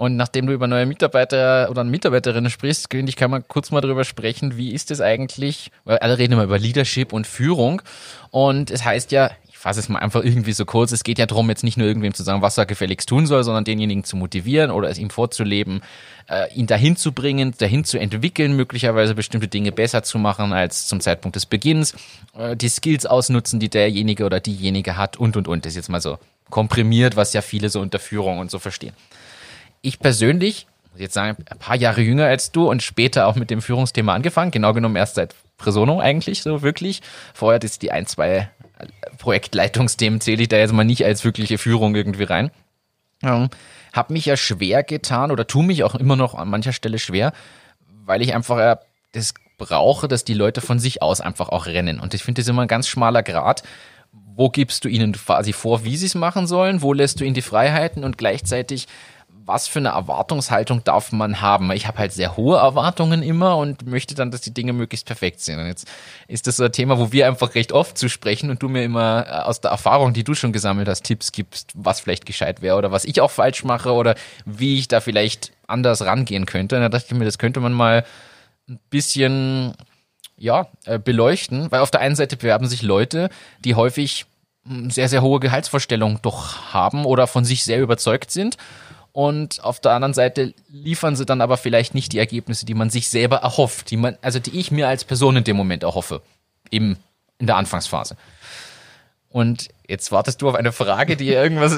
Und nachdem du über neue Mitarbeiter oder Mitarbeiterinnen sprichst, finde ich, kann man kurz mal darüber sprechen, wie ist es eigentlich, weil alle reden immer über Leadership und Führung und es heißt ja, ich fasse es mal einfach irgendwie so kurz, es geht ja darum, jetzt nicht nur irgendwem zu sagen, was er gefälligst tun soll, sondern denjenigen zu motivieren oder es ihm vorzuleben, äh, ihn dahin zu bringen, dahin zu entwickeln, möglicherweise bestimmte Dinge besser zu machen als zum Zeitpunkt des Beginns, äh, die Skills ausnutzen, die derjenige oder diejenige hat und, und, und. Das ist jetzt mal so komprimiert, was ja viele so unter Führung und so verstehen. Ich persönlich, muss ich jetzt sagen, ein paar Jahre jünger als du und später auch mit dem Führungsthema angefangen, genau genommen erst seit Presono eigentlich so wirklich. Vorher das die ein, zwei Projektleitungsthemen zähle ich da jetzt mal nicht als wirkliche Führung irgendwie rein. Ähm, hab mich ja schwer getan oder tu mich auch immer noch an mancher Stelle schwer, weil ich einfach äh, das brauche, dass die Leute von sich aus einfach auch rennen. Und ich finde das immer ein ganz schmaler Grat. Wo gibst du ihnen quasi vor, wie sie es machen sollen? Wo lässt du ihnen die Freiheiten? Und gleichzeitig, was für eine Erwartungshaltung darf man haben? Ich habe halt sehr hohe Erwartungen immer und möchte dann, dass die Dinge möglichst perfekt sind. Und jetzt ist das so ein Thema, wo wir einfach recht oft zu sprechen und du mir immer aus der Erfahrung, die du schon gesammelt hast, Tipps gibst, was vielleicht gescheit wäre oder was ich auch falsch mache oder wie ich da vielleicht anders rangehen könnte. Und da dachte ich mir, das könnte man mal ein bisschen ja, beleuchten, weil auf der einen Seite bewerben sich Leute, die häufig sehr, sehr hohe Gehaltsvorstellungen doch haben oder von sich sehr überzeugt sind. Und auf der anderen Seite liefern sie dann aber vielleicht nicht die Ergebnisse, die man sich selber erhofft, die man, also die ich mir als Person in dem Moment erhoffe, eben in der Anfangsphase. Und jetzt wartest du auf eine Frage, die irgendwas...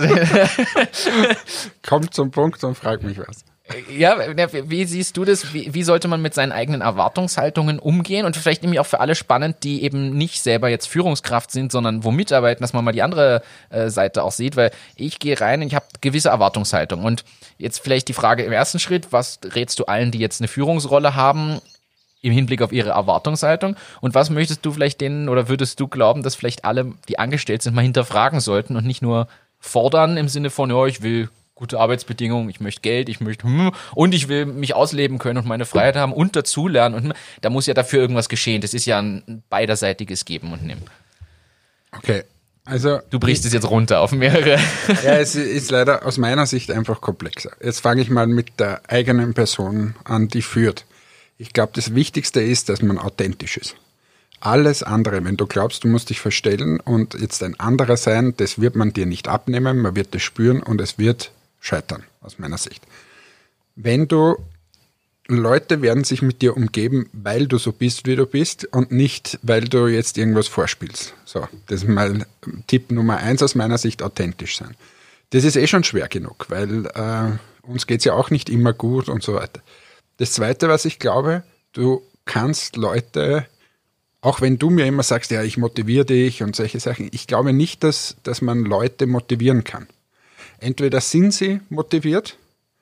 Komm zum Punkt und frag mich was. Ja, wie siehst du das? Wie, wie sollte man mit seinen eigenen Erwartungshaltungen umgehen? Und vielleicht nämlich auch für alle spannend, die eben nicht selber jetzt Führungskraft sind, sondern wo mitarbeiten, dass man mal die andere äh, Seite auch sieht, weil ich gehe rein und ich habe gewisse Erwartungshaltung. Und jetzt vielleicht die Frage im ersten Schritt, was rätst du allen, die jetzt eine Führungsrolle haben, im Hinblick auf ihre Erwartungshaltung? Und was möchtest du vielleicht denen oder würdest du glauben, dass vielleicht alle, die angestellt sind, mal hinterfragen sollten und nicht nur fordern im Sinne von, ja, ich will gute Arbeitsbedingungen, ich möchte Geld, ich möchte hm, und ich will mich ausleben können und meine Freiheit haben und dazulernen und da muss ja dafür irgendwas geschehen. Das ist ja ein beiderseitiges Geben und Nehmen. Okay, also... Du brichst es jetzt runter auf mehrere. Ja, es ist leider aus meiner Sicht einfach komplexer. Jetzt fange ich mal mit der eigenen Person an, die führt. Ich glaube, das Wichtigste ist, dass man authentisch ist. Alles andere, wenn du glaubst, du musst dich verstellen und jetzt ein anderer sein, das wird man dir nicht abnehmen, man wird das spüren und es wird scheitern, aus meiner Sicht. Wenn du, Leute werden sich mit dir umgeben, weil du so bist, wie du bist und nicht, weil du jetzt irgendwas vorspielst. So, das ist mal Tipp Nummer eins aus meiner Sicht, authentisch sein. Das ist eh schon schwer genug, weil äh, uns geht's ja auch nicht immer gut und so weiter. Das Zweite, was ich glaube, du kannst Leute, auch wenn du mir immer sagst, ja, ich motiviere dich und solche Sachen, ich glaube nicht, dass, dass man Leute motivieren kann. Entweder sind sie motiviert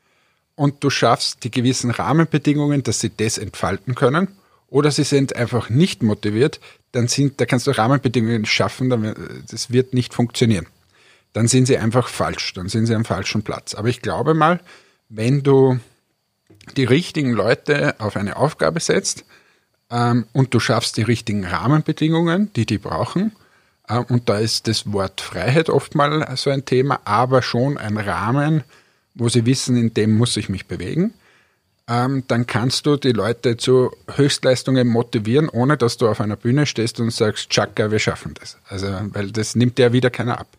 und du schaffst die gewissen Rahmenbedingungen, dass sie das entfalten können, oder sie sind einfach nicht motiviert, dann sind, da kannst du Rahmenbedingungen schaffen, das wird nicht funktionieren. Dann sind sie einfach falsch, dann sind sie am falschen Platz. Aber ich glaube mal, wenn du die richtigen Leute auf eine Aufgabe setzt ähm, und du schaffst die richtigen Rahmenbedingungen, die die brauchen, und da ist das Wort Freiheit oft mal so ein Thema, aber schon ein Rahmen, wo sie wissen, in dem muss ich mich bewegen. Ähm, dann kannst du die Leute zu Höchstleistungen motivieren, ohne dass du auf einer Bühne stehst und sagst, Chaka, wir schaffen das. Also, weil das nimmt ja wieder keiner ab.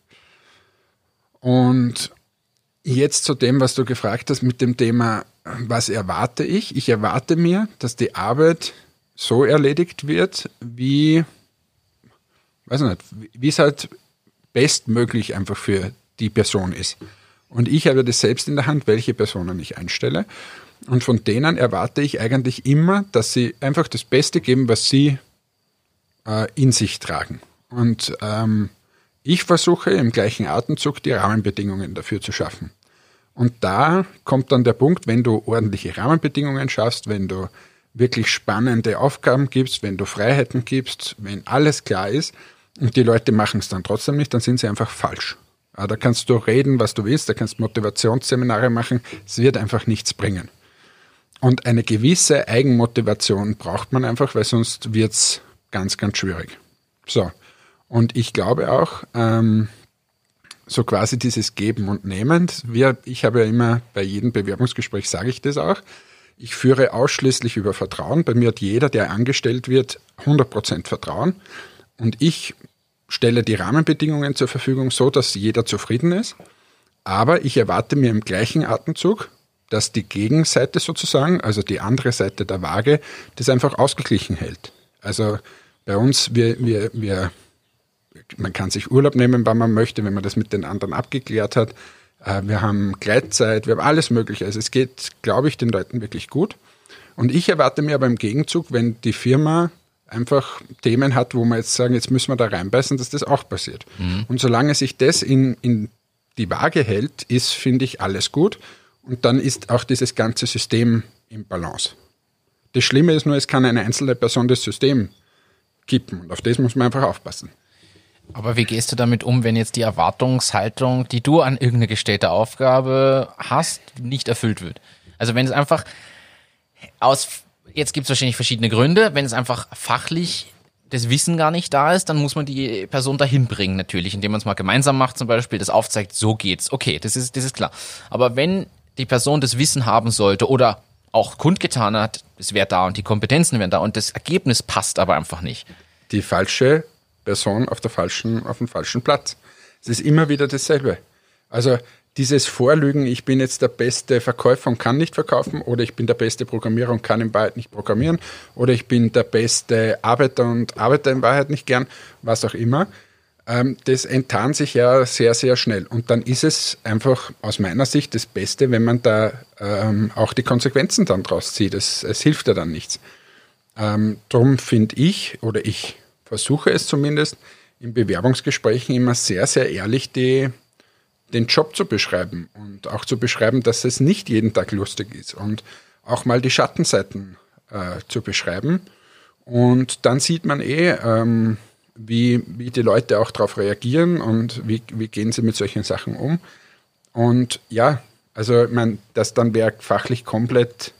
Und jetzt zu dem, was du gefragt hast mit dem Thema, was erwarte ich? Ich erwarte mir, dass die Arbeit so erledigt wird, wie... weiß nicht, wie es halt bestmöglich einfach für die Person ist. Und ich habe das selbst in der Hand, welche Personen ich einstelle. Und von denen erwarte ich eigentlich immer, dass sie einfach das Beste geben, was sie äh, in sich tragen. Und ähm, ich versuche im gleichen Atemzug die Rahmenbedingungen dafür zu schaffen. Und da kommt dann der Punkt, wenn du ordentliche Rahmenbedingungen schaffst, wenn du wirklich spannende Aufgaben gibst, wenn du Freiheiten gibst, wenn alles klar ist und die Leute machen es dann trotzdem nicht, dann sind sie einfach falsch. Da kannst du reden, was du willst, da kannst du Motivationsseminare machen, es wird einfach nichts bringen. Und eine gewisse Eigenmotivation braucht man einfach, weil sonst wird es ganz, ganz schwierig. So, und ich glaube auch, ähm, so quasi dieses Geben und Nehmen. Wir, ich habe ja immer bei jedem Bewerbungsgespräch, sage ich das auch, ich führe ausschließlich über Vertrauen. Bei mir hat jeder, der angestellt wird, hundert Prozent Vertrauen. Und ich stelle die Rahmenbedingungen zur Verfügung, so dass jeder zufrieden ist. Aber ich erwarte mir im gleichen Atemzug, dass die Gegenseite sozusagen, also die andere Seite der Waage, das einfach ausgeglichen hält. Also bei uns, wir, wir, wir, man kann sich Urlaub nehmen, wann man möchte, wenn man das mit den anderen abgeklärt hat. Wir haben Gleitzeit, wir haben alles Mögliche. Also es geht, glaube ich, den Leuten wirklich gut. Und ich erwarte mir aber im Gegenzug, wenn die Firma einfach Themen hat, wo wir jetzt sagen, jetzt müssen wir da reinbeißen, dass das auch passiert. Mhm. Und solange sich das in, in die Waage hält, ist, finde ich, alles gut. Und dann ist auch dieses ganze System im Balance. Das Schlimme ist nur, es kann eine einzelne Person das System kippen. Und auf das muss man einfach aufpassen. Aber wie gehst du damit um, wenn jetzt die Erwartungshaltung, die du an irgendeine gestellte Aufgabe hast, nicht erfüllt wird? Also wenn es einfach aus, jetzt gibt es wahrscheinlich verschiedene Gründe, wenn es einfach fachlich das Wissen gar nicht da ist, dann muss man die Person dahin bringen natürlich, indem man es mal gemeinsam macht zum Beispiel, das aufzeigt, so geht's. Okay, das ist, das ist klar. Aber wenn die Person das Wissen haben sollte oder auch kundgetan hat, es wäre da und die Kompetenzen wären da und das Ergebnis passt aber einfach nicht. Die falsche Person auf der falschen, auf dem falschen Platz. Es ist immer wieder dasselbe. Also dieses Vorlügen, ich bin jetzt der beste Verkäufer und kann nicht verkaufen, oder ich bin der beste Programmierer und kann in Wahrheit nicht programmieren, oder ich bin der beste Arbeiter und arbeite in Wahrheit nicht gern, was auch immer, ähm, das enttarnt sich ja sehr, sehr schnell. Und dann ist es einfach aus meiner Sicht das Beste, wenn man da ähm, auch die Konsequenzen dann draus zieht. Es, es hilft ja dann nichts. Ähm, darum finde ich, oder ich versuche es zumindest, in Bewerbungsgesprächen immer sehr, sehr ehrlich die, den Job zu beschreiben und auch zu beschreiben, dass es nicht jeden Tag lustig ist und auch mal die Schattenseiten äh, zu beschreiben. Und dann sieht man eh, ähm, wie, wie die Leute auch darauf reagieren und wie, wie gehen sie mit solchen Sachen um. Und ja, also ich meine, dass dann wer fachlich komplett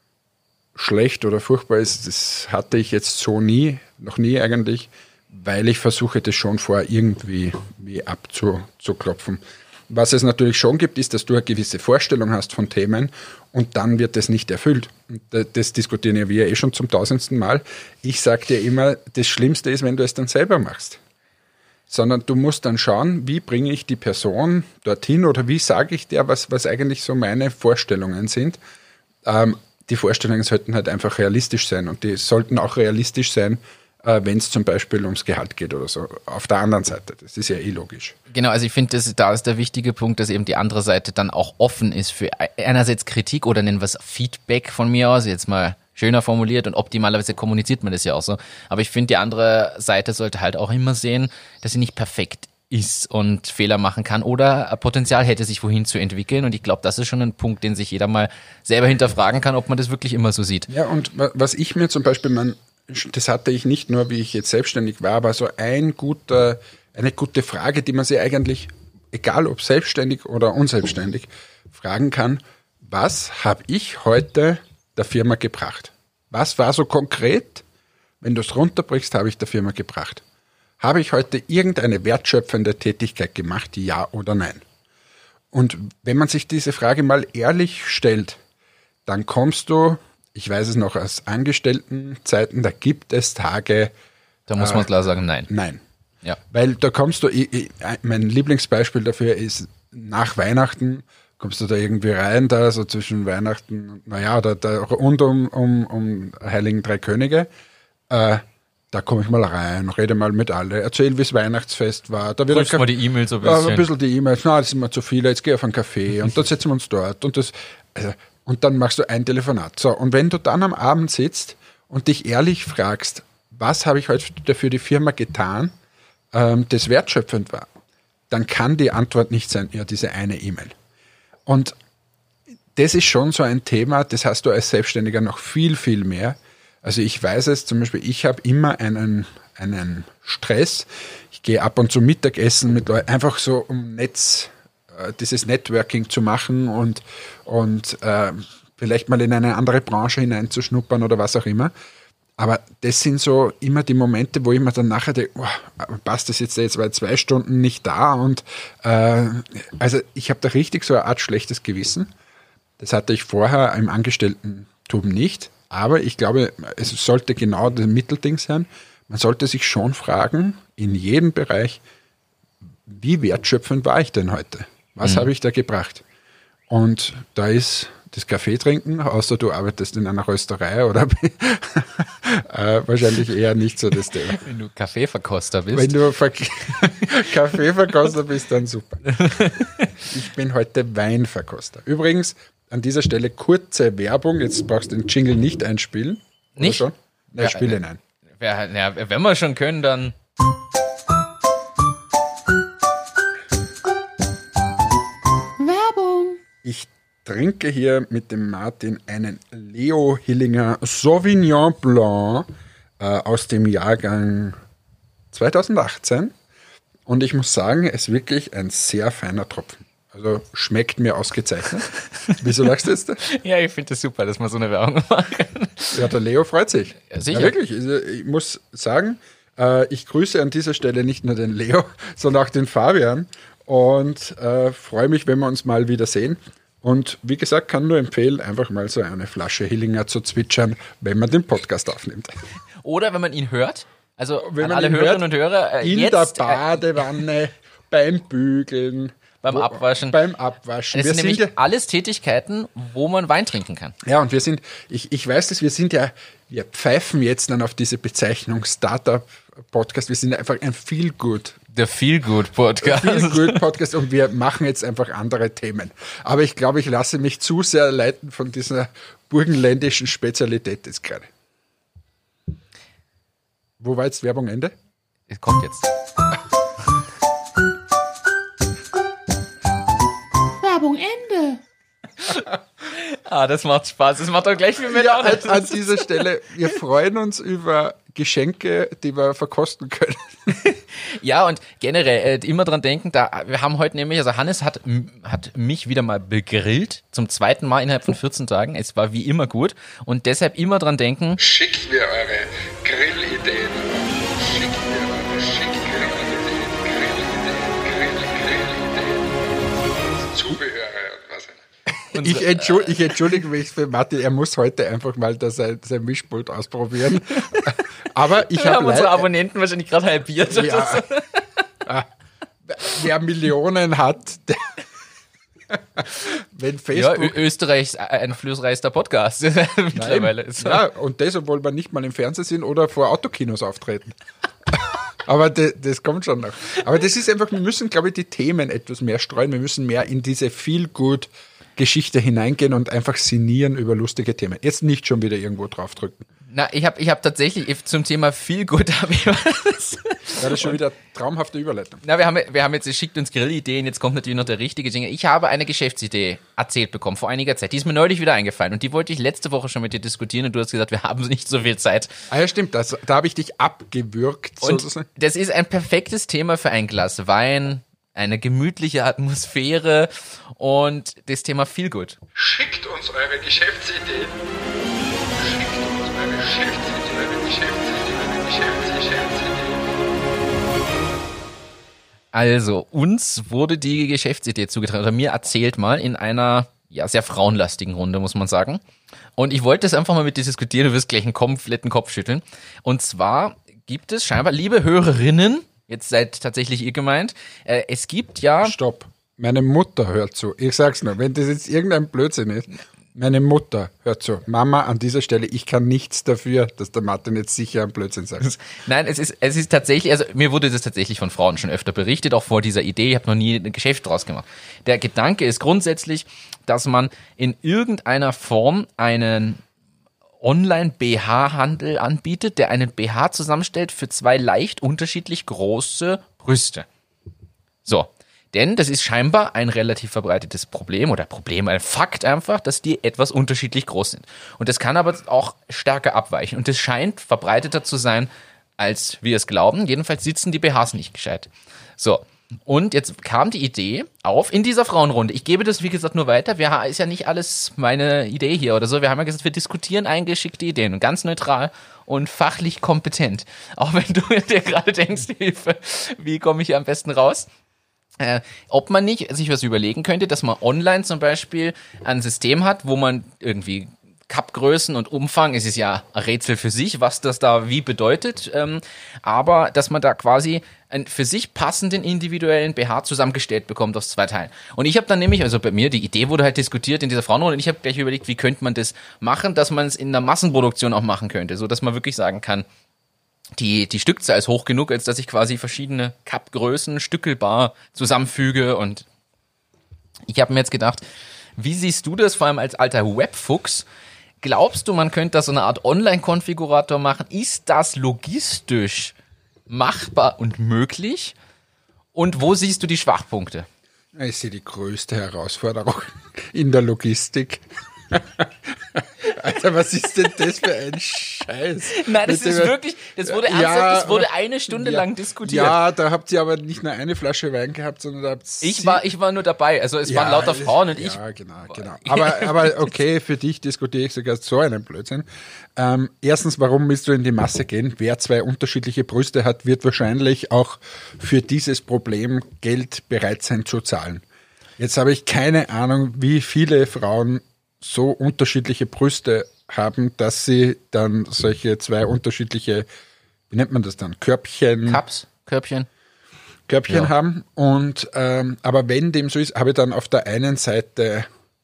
schlecht oder furchtbar ist, das hatte ich jetzt so nie, noch nie eigentlich, weil ich versuche, das schon vorher irgendwie wie abzuklopfen. Was es natürlich schon gibt, ist, dass du eine gewisse Vorstellung hast von Themen und dann wird das nicht erfüllt. Und das diskutieren ja wir eh schon zum tausendsten Mal. Ich sage dir immer, das Schlimmste ist, wenn du es dann selber machst. Sondern du musst dann schauen, wie bringe ich die Person dorthin oder wie sage ich der, was, was eigentlich so meine Vorstellungen sind. Ähm, die Vorstellungen sollten halt einfach realistisch sein und die sollten auch realistisch sein, äh, wenn es zum Beispiel ums Gehalt geht oder so. Auf der anderen Seite, das ist ja eh logisch. Genau, also ich finde, da ist der wichtige Punkt, dass eben die andere Seite dann auch offen ist für einerseits Kritik oder nennen wir es Feedback von mir aus, jetzt mal schöner formuliert und optimalerweise kommuniziert man das ja auch so. Aber ich finde, die andere Seite sollte halt auch immer sehen, dass sie nicht perfekt ist und Fehler machen kann oder Potenzial hätte, sich wohin zu entwickeln. Und ich glaube, das ist schon ein Punkt, den sich jeder mal selber hinterfragen kann, ob man das wirklich immer so sieht. Ja, und was ich mir zum Beispiel, man, das hatte ich nicht nur, wie ich jetzt selbstständig war, aber so ein guter, eine gute Frage, die man sich eigentlich, egal ob selbstständig oder unselbstständig, fragen kann, was habe ich heute der Firma gebracht? Was war so konkret, wenn du es runterbrichst, habe ich der Firma gebracht? Habe ich heute irgendeine wertschöpfende Tätigkeit gemacht, ja oder nein? Und wenn man sich diese Frage mal ehrlich stellt, dann kommst du, ich weiß es noch aus Angestelltenzeiten, da gibt es Tage. Da muss man äh, klar sagen, nein. Nein. Ja. Weil da kommst du, ich, ich, mein Lieblingsbeispiel dafür ist, nach Weihnachten kommst du da irgendwie rein, da so zwischen Weihnachten, naja, da, da rund um, um, um Heiligen Drei Könige, äh, da komme ich mal rein, rede mal mit alle, erzähl, wie das Weihnachtsfest war. Da wird Prüfst mal die E-Mails so ein bisschen. Ein bisschen die E-Mails, na, das sind mir zu viele, jetzt geh auf einen Café und dann setzen wir uns dort und das, also, und dann machst du ein Telefonat. So, und wenn du dann am Abend sitzt und dich ehrlich fragst, was habe ich heute für die Firma getan, ähm, das wertschöpfend war, dann kann die Antwort nicht sein, ja, diese eine E-Mail. Und das ist schon so ein Thema, das hast du als Selbstständiger noch viel, viel mehr. Also ich weiß es, zum Beispiel, ich habe immer einen, einen Stress. Ich gehe ab und zu Mittagessen mit Leuten, einfach so um Netz, äh, dieses Networking zu machen und, und äh, vielleicht mal in eine andere Branche hineinzuschnuppern oder was auch immer. Aber das sind so immer die Momente, wo ich mir dann nachher denke, oh, passt das jetzt, jetzt war ich zwei Stunden nicht da und äh, also ich habe da richtig so eine Art schlechtes Gewissen. Das hatte ich vorher im Angestellten-Tum nicht, aber ich glaube, es sollte genau das Mittelding sein. Man sollte sich schon fragen, in jedem Bereich, wie wertschöpfend war ich denn heute? Was mhm. habe ich da gebracht? Und da ist das Kaffee trinken, außer du arbeitest in einer Rösterei oder äh, wahrscheinlich eher nicht so das Thema. Wenn du Kaffeeverkoster bist. Wenn du Ver- Kaffeeverkoster bist, dann super. Ich bin heute Weinverkoster. Übrigens, an dieser Stelle kurze Werbung. Jetzt brauchst du den Jingle nicht einspielen. Oder nicht? Schon? Nein, Ja, spiele äh, ihn ein. Ja, ja, wenn wir schon können, dann... Werbung. Ich trinke hier mit dem Martin einen Leo Hillinger Sauvignon Blanc äh, aus dem Jahrgang zwanzig achtzehn. Und ich muss sagen, es ist wirklich ein sehr feiner Tropfen. Also schmeckt mir ausgezeichnet. Wieso lachst du jetzt? Ja, ich finde es das super, dass wir so eine Werbung machen. Ja, der Leo freut sich. Ja, sicher. Ja, wirklich. Also, ich muss sagen, äh, ich grüße an dieser Stelle nicht nur den Leo, sondern auch den Fabian und äh, freue mich, wenn wir uns mal wieder sehen. Und wie gesagt, kann nur empfehlen, einfach mal so eine Flasche Hillinger zu zwitschern, wenn man den Podcast aufnimmt. Oder wenn man ihn hört. Also Wenn an man alle ihn Hörerinnen hört, und Hörer, äh, in jetzt der äh, Badewanne, beim Bügeln, beim wo- Abwaschen. Beim Abwaschen. Es Wir sind sind nämlich ja, alles Tätigkeiten, wo man Wein trinken kann. ja, und wir sind, ich, ich weiß das, wir sind ja, wir pfeifen jetzt dann auf diese Bezeichnung Startup-Podcast. Wir sind einfach ein Feel-Good Der Feel-Good-Podcast. Feel-Good-Podcast und wir machen jetzt einfach andere Themen. Aber ich glaube, ich lasse mich zu sehr leiten von dieser burgenländischen Spezialität jetzt gerade. Wo war jetzt Werbung Ende? Es kommt jetzt. Werbung Ende. Ah, das macht Spaß. Das macht auch gleich viel mehr Ja, Laune. an, an dieser Stelle, wir freuen uns über Geschenke, die wir verkosten können. Ja, und generell äh, immer dran denken, da, wir haben heute nämlich, also Hannes hat, m- hat mich wieder mal begrillt, zum zweiten Mal innerhalb von vierzehn Tagen. Es war wie immer gut und deshalb immer dran denken, Schickt mir eure Grillideen. Schickt mir eure, schickt mir eure Ideen, Grillideen, Grill, Grillideen, Zubehöre und was auch immer. Ich, entschuld, ich entschuldige mich für Martin, er muss heute einfach mal da sein, sein Mischpult ausprobieren. Aber ich wir habe haben unsere leider, Abonnenten wahrscheinlich gerade halbiert. ja, Ah, wer Millionen hat, der, wenn Ja, Facebook... Ö- Österreichs einflussreichster Podcast mittlerweile ist. Ja, und das, obwohl wir nicht mal im Fernsehen sind oder vor Autokinos auftreten. Aber das, das kommt schon noch. Aber das ist einfach, wir müssen, glaube ich, die Themen etwas mehr streuen. Wir müssen mehr in diese Feel-Good-Geschichte hineingehen und einfach sinnieren über lustige Themen. Jetzt nicht schon wieder irgendwo draufdrücken. Na, ich habe ich hab tatsächlich zum Thema viel gut habe ich was. Ja, das ist schon wieder traumhafte Überleitung. Na, wir haben, wir haben jetzt, es schickt uns Grillideen, jetzt kommt natürlich noch der richtige Ding. Ich habe eine Geschäftsidee erzählt bekommen vor einiger Zeit. Die ist mir neulich wieder eingefallen und die wollte ich letzte Woche schon mit dir diskutieren und du hast gesagt, wir haben nicht so viel Zeit. Ah ja, stimmt, das, da habe ich dich abgewürgt. Und sozusagen. das ist ein perfektes Thema für ein Glas Wein, eine gemütliche Atmosphäre und das Thema viel gut. Schickt uns eure Geschäftsideen. Schickt uns eure Geschäftsideen, eure Geschäftsideen, eure Geschäftsideen. Also, uns wurde die Geschäftsidee zugetragen, oder mir erzählt mal in einer ja sehr frauenlastigen Runde, muss man sagen. Und ich wollte das einfach mal mit dir diskutieren, du wirst gleich einen kompletten Kopf schütteln. Und zwar gibt es scheinbar, liebe Hörerinnen, jetzt seid tatsächlich ihr gemeint, äh, es gibt ja... Stopp. Meine Mutter hört zu. Ich sag's nur, wenn das jetzt irgendein Blödsinn ist. Meine Mutter hört zu. Mama, an dieser Stelle, ich kann nichts dafür, dass der Martin jetzt sicher ein Blödsinn sagt. Nein, es ist, es ist tatsächlich, also mir wurde das tatsächlich von Frauen schon öfter berichtet, auch vor dieser Idee, ich habe noch nie ein Geschäft draus gemacht. Der Gedanke ist grundsätzlich, dass man in irgendeiner Form einen Online-B H-Handel anbietet, der einen B H zusammenstellt für zwei leicht unterschiedlich große Brüste. So. Denn das ist scheinbar ein relativ verbreitetes Problem oder Problem, ein Fakt einfach, dass die etwas unterschiedlich groß sind. Und das kann aber auch stärker abweichen. Und das scheint verbreiteter zu sein, als wir es glauben. Jedenfalls sitzen die B Hs nicht gescheit. So, Und jetzt kam die Idee auf in dieser Frauenrunde. Ich gebe das, wie gesagt, nur weiter. Wir, ist ja nicht alles meine Idee hier oder so. Wir haben ja gesagt, wir diskutieren eingeschickte Ideen und ganz neutral und fachlich kompetent. Auch wenn du dir gerade denkst, Hilfe, wie komme ich hier am besten raus? Äh, ob man nicht sich was überlegen könnte, dass man online zum Beispiel ein System hat, wo man irgendwie Cup-Größen und Umfang, es ist ja ein Rätsel für sich, was das da wie bedeutet, ähm, aber dass man da quasi einen für sich passenden individuellen B H zusammengestellt bekommt aus zwei Teilen. Und ich habe dann nämlich, also bei mir, die Idee wurde halt diskutiert in dieser Frauenrunde und ich habe gleich überlegt, wie könnte man das machen, dass man es in der Massenproduktion auch machen könnte, so dass man wirklich sagen kann, die, die Stückzahl ist hoch genug, als dass ich quasi verschiedene Cup-Größen stückelbar zusammenfüge und ich habe mir jetzt gedacht, wie siehst du das vor allem als alter Webfuchs? Glaubst du, man könnte da so eine Art Online-Konfigurator machen? Ist das logistisch machbar und möglich? Und wo siehst du die Schwachpunkte? Ich sehe die größte Herausforderung in der Logistik. Alter, was ist denn das für ein Scheiß? Nein, das ist wirklich, das wurde ernsthaft, Ja, das wurde eine Stunde ja, lang diskutiert. Ja, da habt ihr aber nicht nur eine Flasche Wein gehabt, sondern da habt Ich war, ich war nur dabei, also es waren lauter Frauen und ich. Ja, genau, genau. Aber, aber okay, für dich diskutiere ich sogar so einen Blödsinn. Ähm, erstens, warum willst du in die Masse gehen? Wer zwei unterschiedliche Brüste hat, wird wahrscheinlich auch für dieses Problem Geld bereit sein zu zahlen. Jetzt habe ich keine Ahnung, wie viele Frauen so unterschiedliche Brüste haben, dass sie dann solche zwei unterschiedliche, wie nennt man das dann, Körbchen, Cups, Körbchen. Körbchen Ja. haben. Und ähm, aber wenn dem so ist, habe ich dann auf der einen Seite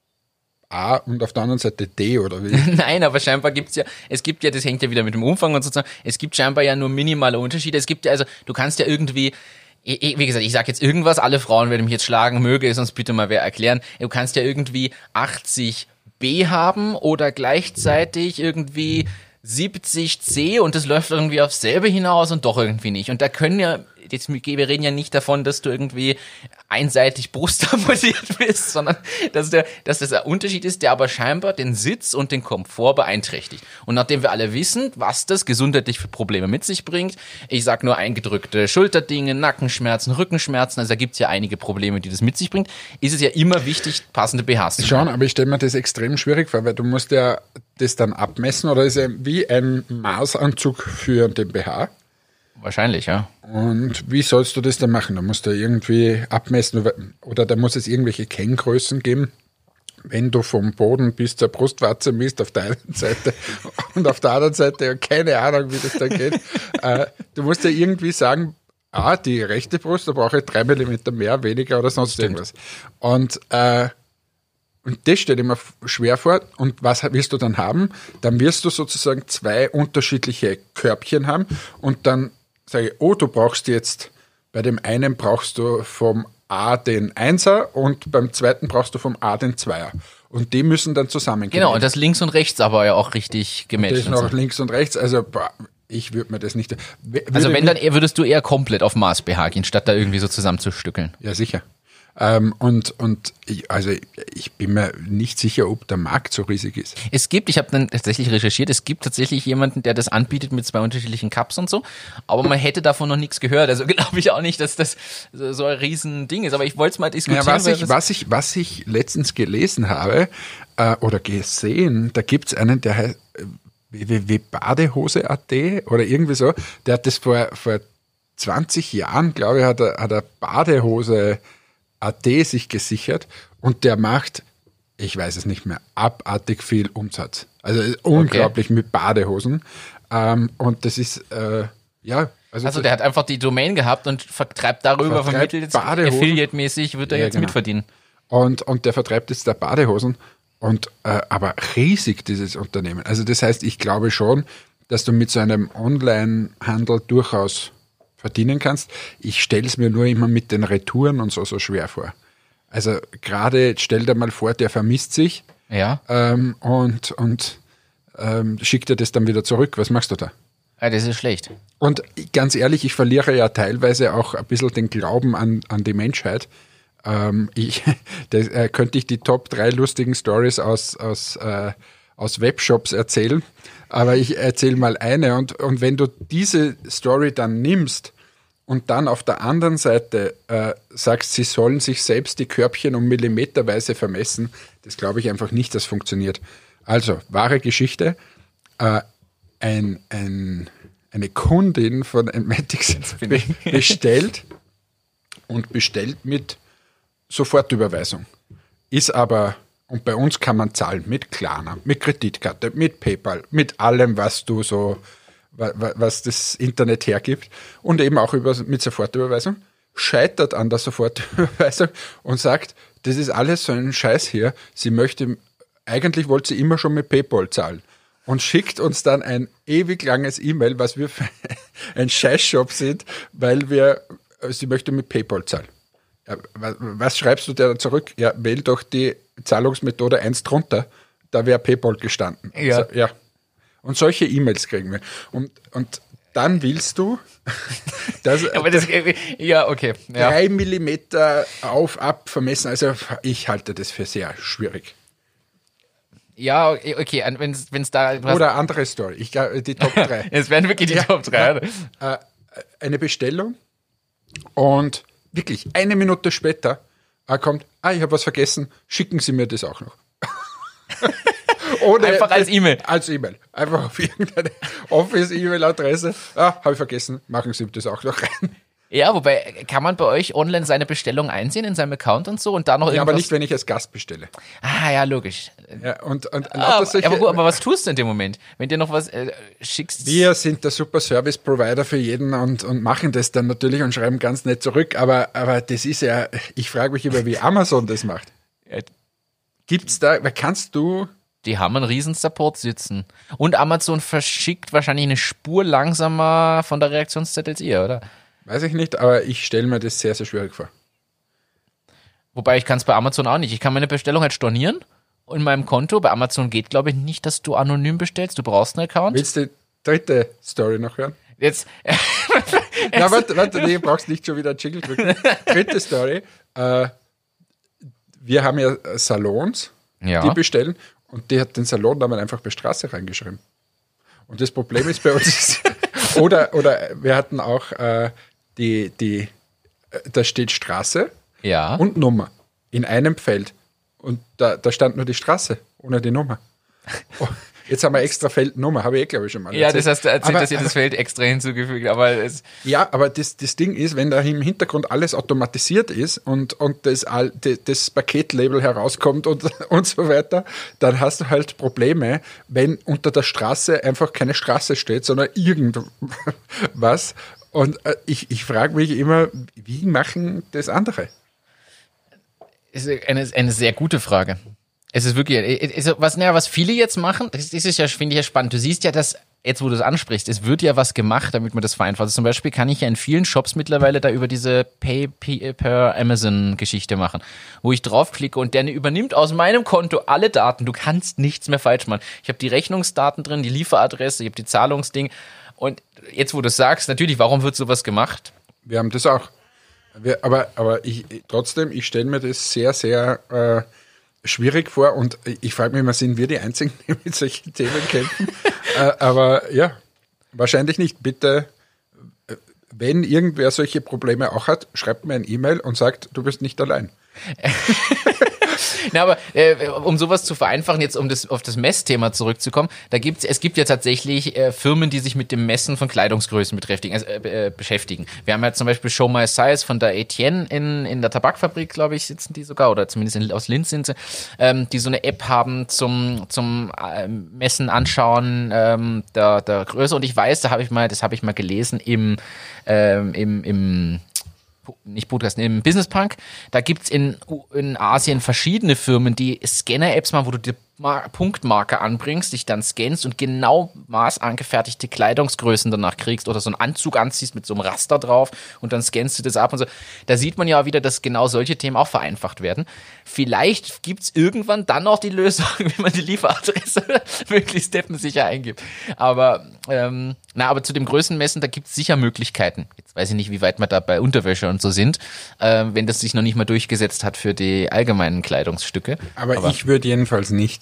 A und auf der anderen Seite D oder wie? Nein, aber scheinbar gibt's ja, es gibt ja, das hängt ja wieder mit dem Umfang und sozusagen, es gibt scheinbar ja nur minimale Unterschiede. Es gibt ja, also du kannst ja irgendwie, wie gesagt, ich sag jetzt irgendwas, alle Frauen werden mich jetzt schlagen, möge es uns bitte mal wer erklären. Du kannst ja irgendwie achtzig B haben oder gleichzeitig irgendwie siebzig C und das läuft irgendwie aufs selbe hinaus und doch irgendwie nicht. Und da können ja, jetzt, wir reden ja nicht davon, dass du irgendwie einseitig brustamputiert bist, sondern dass, der, dass das ein Unterschied ist, der aber scheinbar den Sitz und den Komfort beeinträchtigt. Und nachdem wir alle wissen, was das gesundheitlich für Probleme mit sich bringt, ich sag nur eingedrückte Schulterdinge, Nackenschmerzen, Rückenschmerzen, also da gibt's ja einige Probleme, die das mit sich bringt, ist es ja immer wichtig, passende B Hs zu haben. Schon, aber ich stelle mir das extrem schwierig vor, weil du musst ja das dann abmessen oder ist ja wie ein Maßanzug für den B H. Wahrscheinlich, ja. Und wie sollst du das dann machen? Da musst du irgendwie abmessen oder da muss es irgendwelche Kenngrößen geben, wenn du vom Boden bis zur Brustwarze misst auf der einen Seite und auf der anderen Seite, keine Ahnung, wie das dann geht. äh, du musst ja irgendwie sagen, ah, die rechte Brust, da brauche ich drei Millimeter mehr, weniger oder sonst Stimmt. irgendwas. Und, äh, und das stelle ich mir schwer vor. Und was wirst du dann haben? Dann wirst du sozusagen zwei unterschiedliche Körbchen haben und dann sage ich, oh, du brauchst jetzt, bei dem einen brauchst du vom A den Einser und beim zweiten brauchst du vom A den Zweier. Und die müssen dann zusammengehen. Genau, und das links und rechts aber ja auch richtig Das gematcht. ist und noch so. links und rechts, also boah, ich würde mir das nicht... Würde Also wenn, mich- dann eher, würdest du eher komplett auf Maß B H gehen, statt da irgendwie so zusammenzustückeln. Ja, sicher. Ähm, und und ich, also ich bin mir nicht sicher, ob der Markt so riesig ist. Es gibt, ich habe dann tatsächlich recherchiert, es gibt tatsächlich jemanden, der das anbietet mit zwei unterschiedlichen Cups und so, aber man hätte davon noch nichts gehört. Also glaube ich auch nicht, dass das so so ein Riesending ist. Aber ich wollte es mal diskutieren. Ja, was, weil ich, das- was, ich, was ich letztens gelesen habe äh, oder gesehen, da gibt es einen, der heißt äh, w w w punkt badehose punkt a t oder irgendwie so, der hat das vor, vor zwanzig Jahren, glaube ich, hat er, hat er Badehose A T sich gesichert und der macht, ich weiß es nicht mehr, abartig viel Umsatz. Also unglaublich mit Badehosen. Ähm, und das ist, äh, ja. Also, Also der hat einfach die Domain gehabt und vertreibt darüber, Vertreibt vermittelt jetzt Badehosen. Affiliate-mäßig, wird er Ja, jetzt genau. mitverdienen. Und, und der vertreibt jetzt da Badehosen. Und, äh, aber riesig, dieses Unternehmen. Also das heißt, ich glaube schon, dass du mit so einem Online-Handel durchaus verdienen kannst. Ich stelle es mir nur immer mit den Retouren und so so schwer vor. Also gerade, stell dir mal vor, der vermisst sich Ja, ähm, und, und ähm, schickt dir das dann wieder zurück. Was machst du da? ja das ist schlecht. Und ganz ehrlich, ich verliere ja teilweise auch ein bisschen den Glauben an, an die Menschheit. Ähm, ich, das, äh, könnte ich die Top drei lustigen Stories aus, aus, äh, aus Webshops erzählen, aber ich erzähle mal eine. Und, und wenn du diese Story dann nimmst und dann auf der anderen Seite äh, sagst, sie sollen sich selbst die Körbchen um millimeterweise vermessen, das glaube ich einfach nicht, das funktioniert. Also, wahre Geschichte, äh, ein, ein, eine Kundin von Entmatics be- bestellt und bestellt mit Sofortüberweisung. Ist aber, und bei uns kann man zahlen mit Klarna, mit Kreditkarte, mit PayPal, mit allem, was du so, was das Internet hergibt und eben auch über, mit Sofortüberweisung, scheitert an der Sofortüberweisung und sagt, das ist alles so ein Scheiß hier, sie möchte, eigentlich wollte sie immer schon mit PayPal zahlen und schickt uns dann ein ewig langes E-Mail, was wir für ein Scheißshop sind, weil wir, sie möchte mit PayPal zahlen. Ja, was, was schreibst du dir dann zurück? Ja, wähl doch die Zahlungsmethode eins drunter, da wäre PayPal gestanden. Ja. Also, ja. Und solche E-Mails kriegen wir. Und, und dann willst du, dass Aber das, ja, okay. Ja. drei Millimeter auf, ab vermessen. Also ich halte das für sehr schwierig. Ja, okay, wenn es da... du hast- Oder andere Story. Ich glaube, die Top drei. Es wären wirklich die Ja. Top drei. äh, eine Bestellung und wirklich eine Minute später äh, kommt, ah, ich habe was vergessen, schicken Sie mir das auch noch. Ohne, Einfach als E-Mail. Als E-Mail. Einfach auf irgendeine Office-E-Mail-Adresse. Ah, habe ich vergessen, machen Sie das auch noch rein. Ja, wobei, kann man bei euch online seine Bestellung einsehen in seinem Account und so und da noch Ja, irgendwas... aber nicht, wenn ich als Gast bestelle. Ah, ja, logisch. Ja, und, und Ah, lauter aber, solche, aber gut, aber was tust du in dem Moment? Wenn dir noch was äh, schickst... wir sind der super Service-Provider für jeden und, und machen das dann natürlich und schreiben ganz nett zurück, aber, aber das ist ja, ich frage mich immer, wie Amazon das macht. Ja, Gibt's da, kannst du... die haben einen riesen Support sitzen. Und Amazon verschickt wahrscheinlich eine Spur langsamer von der Reaktionszeit als ihr, oder? Weiß ich nicht, aber ich stelle mir das sehr, sehr schwierig vor. Wobei ich kann es bei Amazon auch nicht. Ich kann meine Bestellung halt stornieren in meinem Konto. Bei Amazon geht, glaube ich, nicht, dass du anonym bestellst. Du brauchst einen Account. Willst du die dritte Story noch hören? Jetzt, Na, warte, warte, nee, du brauchst nicht schon wieder einen Jingle drücken. Dritte Story. Äh, wir haben ja Salons, Ja. die bestellen und die hat den Salonnamen einfach bei Straße reingeschrieben. Und das Problem ist bei uns, oder, oder wir hatten auch äh, die, die, äh, da steht Straße ja. und Nummer in einem Feld. Und da, da stand nur die Straße ohne die Nummer. Oh, jetzt haben wir extra Feld Nummer, habe ich eh, glaube ich, schon mal Ja, erzählt. das hast du erzählt, Aber- dass ihr das Feld extra hinzugefügt, aber es, Ja, aber das, das Ding ist, wenn da im Hintergrund alles automatisiert ist und, und das, all- das, das Paketlabel herauskommt und, und so weiter, dann hast du halt Probleme, wenn unter der Straße einfach keine Straße steht, sondern irgendwas. Und äh, ich, ich frage mich immer, wie machen das andere? ist eine, eine sehr gute Frage. Es ist wirklich, also was, naja, was viele jetzt machen, das ist ja, finde ich ja spannend. Du siehst ja, dass, jetzt wo du es ansprichst, es wird ja was gemacht, damit man das vereinfacht. Also zum Beispiel kann ich ja in vielen Shops mittlerweile da über diese Pay, Pay per Amazon Geschichte machen, wo ich draufklicke und der übernimmt aus meinem Konto alle Daten. Du kannst nichts mehr falsch machen. Ich habe die Rechnungsdaten drin, die Lieferadresse, ich habe die Zahlungsding. Und jetzt, wo du es sagst, natürlich, warum wird sowas gemacht? Wir haben das auch. Wir, aber aber ich, trotzdem, ich stelle mir das sehr, sehr äh, schwierig vor und ich frage mich immer, sind wir die Einzigen, die mit solchen Themen kämpfen? äh, aber ja, wahrscheinlich nicht. Bitte, äh, wenn irgendwer solche Probleme auch hat, schreibt mir ein E-Mail und sagt, du bist nicht allein. Na, aber äh, um sowas zu vereinfachen, jetzt um das auf das Messthema zurückzukommen, da gibt's, es gibt ja tatsächlich äh, Firmen, die sich mit dem Messen von Kleidungsgrößen beschäftigen. Also, äh, äh, beschäftigen. Wir haben ja zum Beispiel Show My Size von der Etienne in, in der Tabakfabrik, glaube ich, sitzen die sogar, oder zumindest in, aus Linz sind sie, ähm, die so eine App haben zum, zum äh, Messen, Anschauen ähm, der, der Größe. Und ich weiß, da habe ich mal, das habe ich mal gelesen im, ähm, im, im nicht Podcast, im Business Punk, da gibt's in, in Asien verschiedene Firmen, die Scanner-Apps machen, wo du die Mar- Punktmarker anbringst, dich dann scannst und genau maßangefertigte Kleidungsgrößen danach kriegst oder so einen Anzug anziehst mit so einem Raster drauf und dann scannst du das ab und so. Da sieht man ja wieder, dass genau solche Themen auch vereinfacht werden. Vielleicht gibt's irgendwann dann auch die Lösung, wie man die Lieferadresse möglichst steppensicher eingibt. Aber ähm, na, aber zu dem Größenmessen, da gibt's sicher Möglichkeiten. Jetzt weiß ich nicht, wie weit wir da bei Unterwäsche und so sind, äh, wenn das sich noch nicht mal durchgesetzt hat für die allgemeinen Kleidungsstücke. Aber, ich würde jedenfalls nicht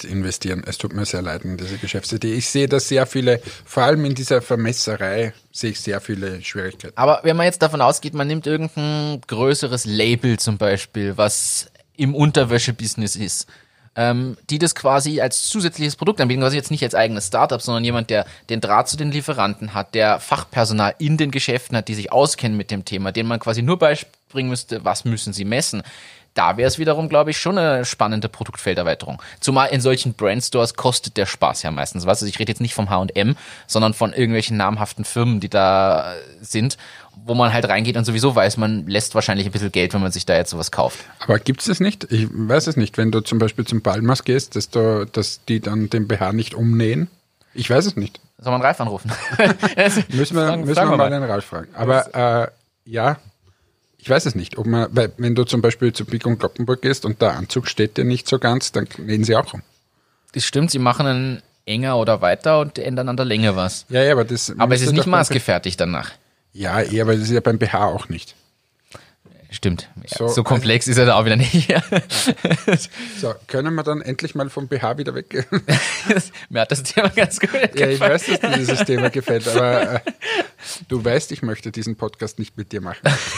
nicht investieren. Es tut mir sehr leid in diese Geschäftsidee. Ich sehe da sehr viele, vor allem in dieser Vermesserei, sehe ich sehr viele Schwierigkeiten. Aber wenn man jetzt davon ausgeht, man nimmt irgendein größeres Label zum Beispiel, was im Unterwäsche-Business ist, ähm, die das quasi als zusätzliches Produkt anbieten, quasi jetzt nicht als eigenes Startup, sondern jemand, der den Draht zu den Lieferanten hat, der Fachpersonal in den Geschäften hat, die sich auskennen mit dem Thema, denen man quasi nur beibringen müsste, was müssen sie messen. Da wäre es wiederum, glaube ich, schon eine spannende Produktfelderweiterung. Zumal in solchen Brandstores kostet der Spaß ja meistens was. Also ich rede jetzt nicht vom H und M, sondern von irgendwelchen namhaften Firmen, die da sind, wo man halt reingeht und sowieso weiß, man lässt wahrscheinlich ein bisschen Geld, wenn man sich da jetzt sowas kauft. Aber gibt es das nicht? Ich weiß es nicht. Wenn du zum Beispiel zum Palmas gehst, dass, du, dass die dann den B H nicht umnähen? Ich weiß es nicht. Soll man Ralf anrufen? müssen wir, fragen, müssen fragen wir wir mal mal. den Ralf fragen. Aber äh, ja, ich weiß es nicht. Ob man, weil wenn du zum Beispiel zu Pik und Kloppenburg gehst und der Anzug steht dir nicht so ganz, dann nähen sie auch um. Das stimmt, sie machen einen enger oder weiter und ändern an der Länge was. Ja, ja, aber das. Aber es müsste ist nicht doch beim- maßgefertigt danach. Ja, eh, aber das ist ja beim B H auch nicht. Stimmt. Ja, So, so, komplex ist er da auch wieder nicht. So, können wir dann endlich mal vom B H wieder weggehen? Mir hat das Thema ganz gut gefallen. Ja, ich weiß, dass dir dieses Thema gefällt, aber äh, du weißt, ich möchte diesen Podcast nicht mit dir machen.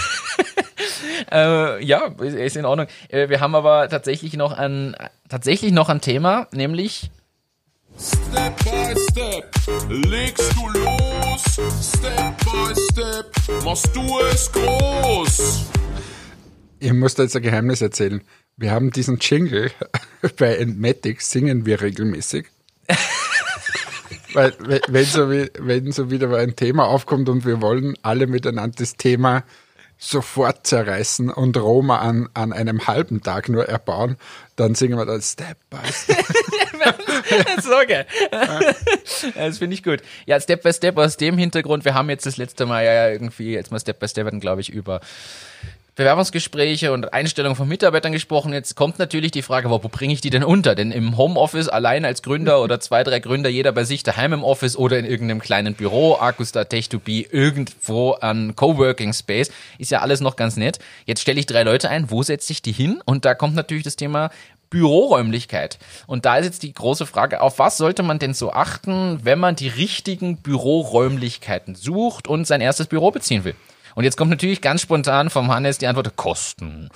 Äh, ja, ist, ist in Ordnung. Äh, wir haben aber tatsächlich noch ein, tatsächlich noch ein Thema, nämlich Step by step legst du los, Step by Step machst du es groß. Ich muss da jetzt ein Geheimnis erzählen. Wir haben diesen Jingle bei Entmatics, singen wir regelmäßig. Weil, wenn- wenn so, wie, wenn so wieder mal ein Thema aufkommt und wir wollen alle miteinander das Thema sofort zerreißen und Roma an, an einem halben Tag nur erbauen, dann singen wir dann Step by Step. so geil. Das finde ich gut. Ja, Step by Step aus dem Hintergrund. Wir haben jetzt das letzte Mal ja irgendwie, jetzt mal Step by Step, hatten, glaube ich, über Bewerbungsgespräche und Einstellung von Mitarbeitern gesprochen. Jetzt kommt natürlich die Frage, wo, wo bringe ich die denn unter? Denn im Homeoffice allein als Gründer oder zwei, drei Gründer, jeder bei sich daheim im Office oder in irgendeinem kleinen Büro, Acustar, Tech to Be, irgendwo an Coworking Space, ist ja alles noch ganz nett. Jetzt stelle ich drei Leute ein, wo setze ich die hin? Und da kommt natürlich das Thema Büroräumlichkeit. Und da ist jetzt die große Frage, auf was sollte man denn so achten, wenn man die richtigen Büroräumlichkeiten sucht und sein erstes Büro beziehen will? Und jetzt kommt natürlich ganz spontan vom Hannes die Antwort, Kosten.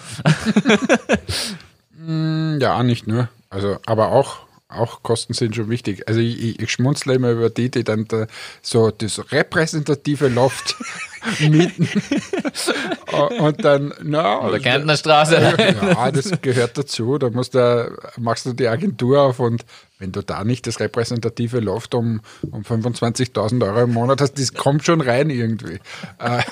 Ja, nicht nur. Also, aber auch, auch Kosten sind schon wichtig. Also ich, ich, ich schmunzle immer über die, die dann da so das repräsentative Loft mieten. Und dann, na, Oder Kärntner Straße. ja, das gehört dazu. Da musst du, machst du die Agentur auf und wenn du da nicht das repräsentative Loft um, um fünfundzwanzigtausend Euro im Monat hast, das kommt schon rein irgendwie. Äh,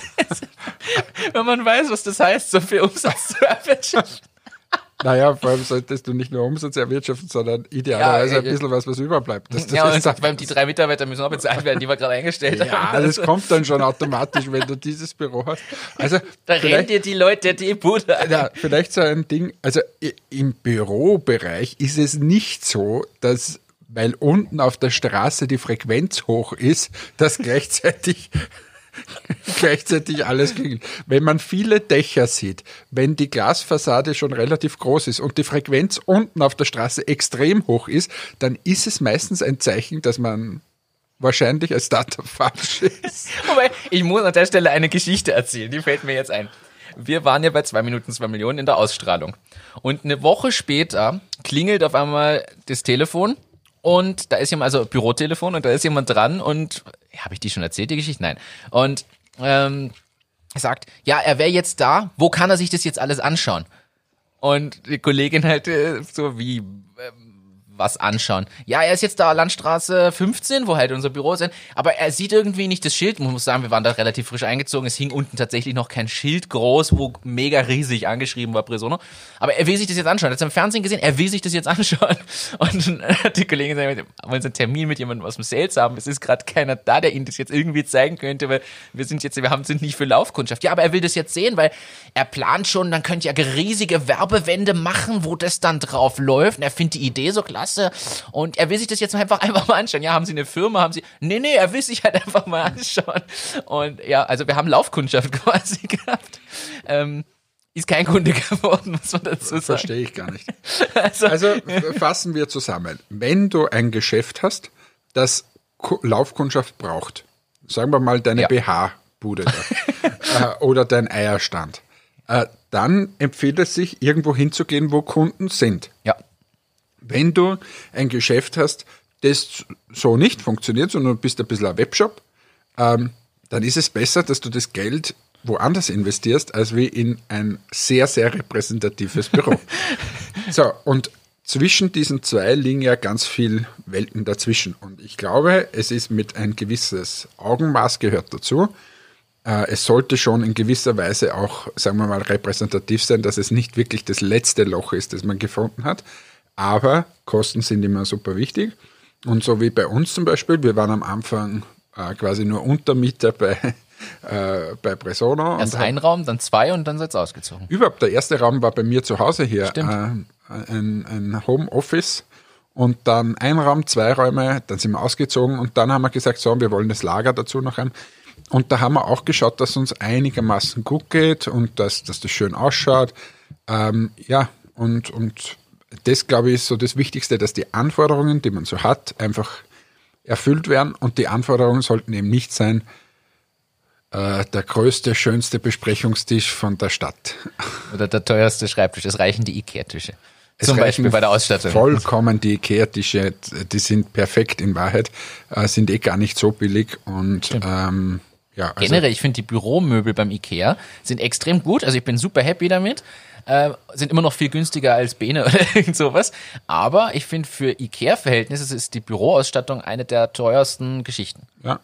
Wenn man weiß, was das heißt, so viel Umsatz zu erwirtschaften. naja, vor allem solltest du nicht nur Umsatz erwirtschaften, sondern idealerweise Ja, ein bisschen was, was überbleibt. Das, das Ja, ist und beim, die drei Mitarbeiter müssen auch bezahlt werden, die wir gerade eingestellt ja, haben. das kommt dann schon automatisch, wenn du dieses Büro hast. Also Da rennen vielleicht, dir die Leute die Bude an. ja, vielleicht so ein Ding, also i- im Bürobereich ist es nicht so, dass, weil unten auf der Straße die Frequenz hoch ist, dass gleichzeitig gleichzeitig alles klingelt. Wenn man viele Dächer sieht, wenn die Glasfassade schon relativ groß ist und die Frequenz unten auf der Straße extrem hoch ist, dann ist es meistens ein Zeichen, dass man wahrscheinlich als Startup falsch ist. Wobei, ich muss an der Stelle eine Geschichte erzählen, die fällt mir jetzt ein. Wir waren ja bei zwei Minuten zwei Millionen in der Ausstrahlung. Und eine Woche später klingelt auf einmal das Telefon und da ist jemand, also Bürotelefon, und da ist jemand dran und, habe ich die schon erzählt, die Geschichte? Nein. Und ähm, er sagt, ja, er wäre jetzt da, wo kann er sich das jetzt alles anschauen? Und die Kollegin halt äh, so wie, ähm, was anschauen. Ja, er ist jetzt da Landstraße fünfzehn, wo halt unser Büro ist, aber er sieht irgendwie nicht das Schild. Man muss sagen, wir waren da relativ frisch eingezogen. Es hing unten tatsächlich noch kein Schild groß, wo mega riesig angeschrieben war Presono. Aber er will sich das jetzt anschauen. Er hat es im Fernsehen gesehen, er will sich das jetzt anschauen. Und dann hat die Kollegin gesagt, wollen Sie einen Termin mit jemandem aus dem Sales haben? Es ist gerade keiner da, der Ihnen das jetzt irgendwie zeigen könnte, weil wir sind jetzt, wir haben, sind nicht für Laufkundschaft. Ja, aber er will das jetzt sehen, weil er plant schon, dann könnt ihr riesige Werbewände machen, wo das dann drauf läuft. Und er findet die Idee so klasse. Und er will sich das jetzt einfach, einfach mal anschauen. Ja, haben Sie eine Firma? Haben Sie... Nee, nee, er will sich halt einfach mal anschauen. Und ja, also wir haben Laufkundschaft quasi gehabt. Ähm, Ist kein Kunde geworden, muss man dazu sagen. Verstehe ich gar nicht. Also, Also fassen wir zusammen. Wenn du ein Geschäft hast, das Ku- Laufkundschaft braucht, sagen wir mal deine Ja. B H-Bude da, äh, oder dein Eierstand, äh, dann empfiehlt es sich, irgendwo hinzugehen, wo Kunden sind. ja. Wenn du ein Geschäft hast, das so nicht funktioniert, sondern du bist ein bisschen ein Webshop, ähm, dann ist es besser, dass du das Geld woanders investierst, als wie in ein sehr, sehr repräsentatives Büro. So, und zwischen diesen zwei liegen ja ganz viel Welten dazwischen. Und ich glaube, es ist mit ein gewisses Augenmaß gehört dazu. Äh, es sollte schon in gewisser Weise auch, sagen wir mal, repräsentativ sein, dass es nicht wirklich das letzte Loch ist, das man gefunden hat. Aber Kosten sind immer super wichtig. Und so wie bei uns zum Beispiel, wir waren am Anfang äh, quasi nur Untermieter bei, äh, bei Presono. Erst und ein Raum, dann zwei und dann seid ihr ausgezogen. Überhaupt, der erste Raum war bei mir zu Hause hier. Stimmt. Äh, ein, ein Homeoffice und dann ein Raum, zwei Räume, dann sind wir ausgezogen und dann haben wir gesagt, so, wir wollen das Lager dazu noch haben. Und da haben wir auch geschaut, dass uns einigermaßen gut geht und dass, dass das schön ausschaut. Ähm, ja, und, und das, glaube ich, ist so das Wichtigste, dass die Anforderungen, die man so hat, einfach erfüllt werden. Und die Anforderungen sollten eben nicht sein, äh, der größte, schönste Besprechungstisch von der Stadt. Oder der teuerste Schreibtisch. Es reichen die Ikea-Tische. Es Zum Beispiel reichen bei der Ausstattung. Vollkommen die Ikea-Tische, die sind perfekt in Wahrheit, äh, sind eh gar nicht so billig. Und ähm, ja, also Generell, ich finde die Büromöbel beim Ikea sind extrem gut. Also ich bin super happy damit. Äh, sind immer noch viel günstiger als Bene oder irgend sowas. Aber ich finde, für Ikea-Verhältnisse ist die Büroausstattung eine der teuersten Geschichten. ja.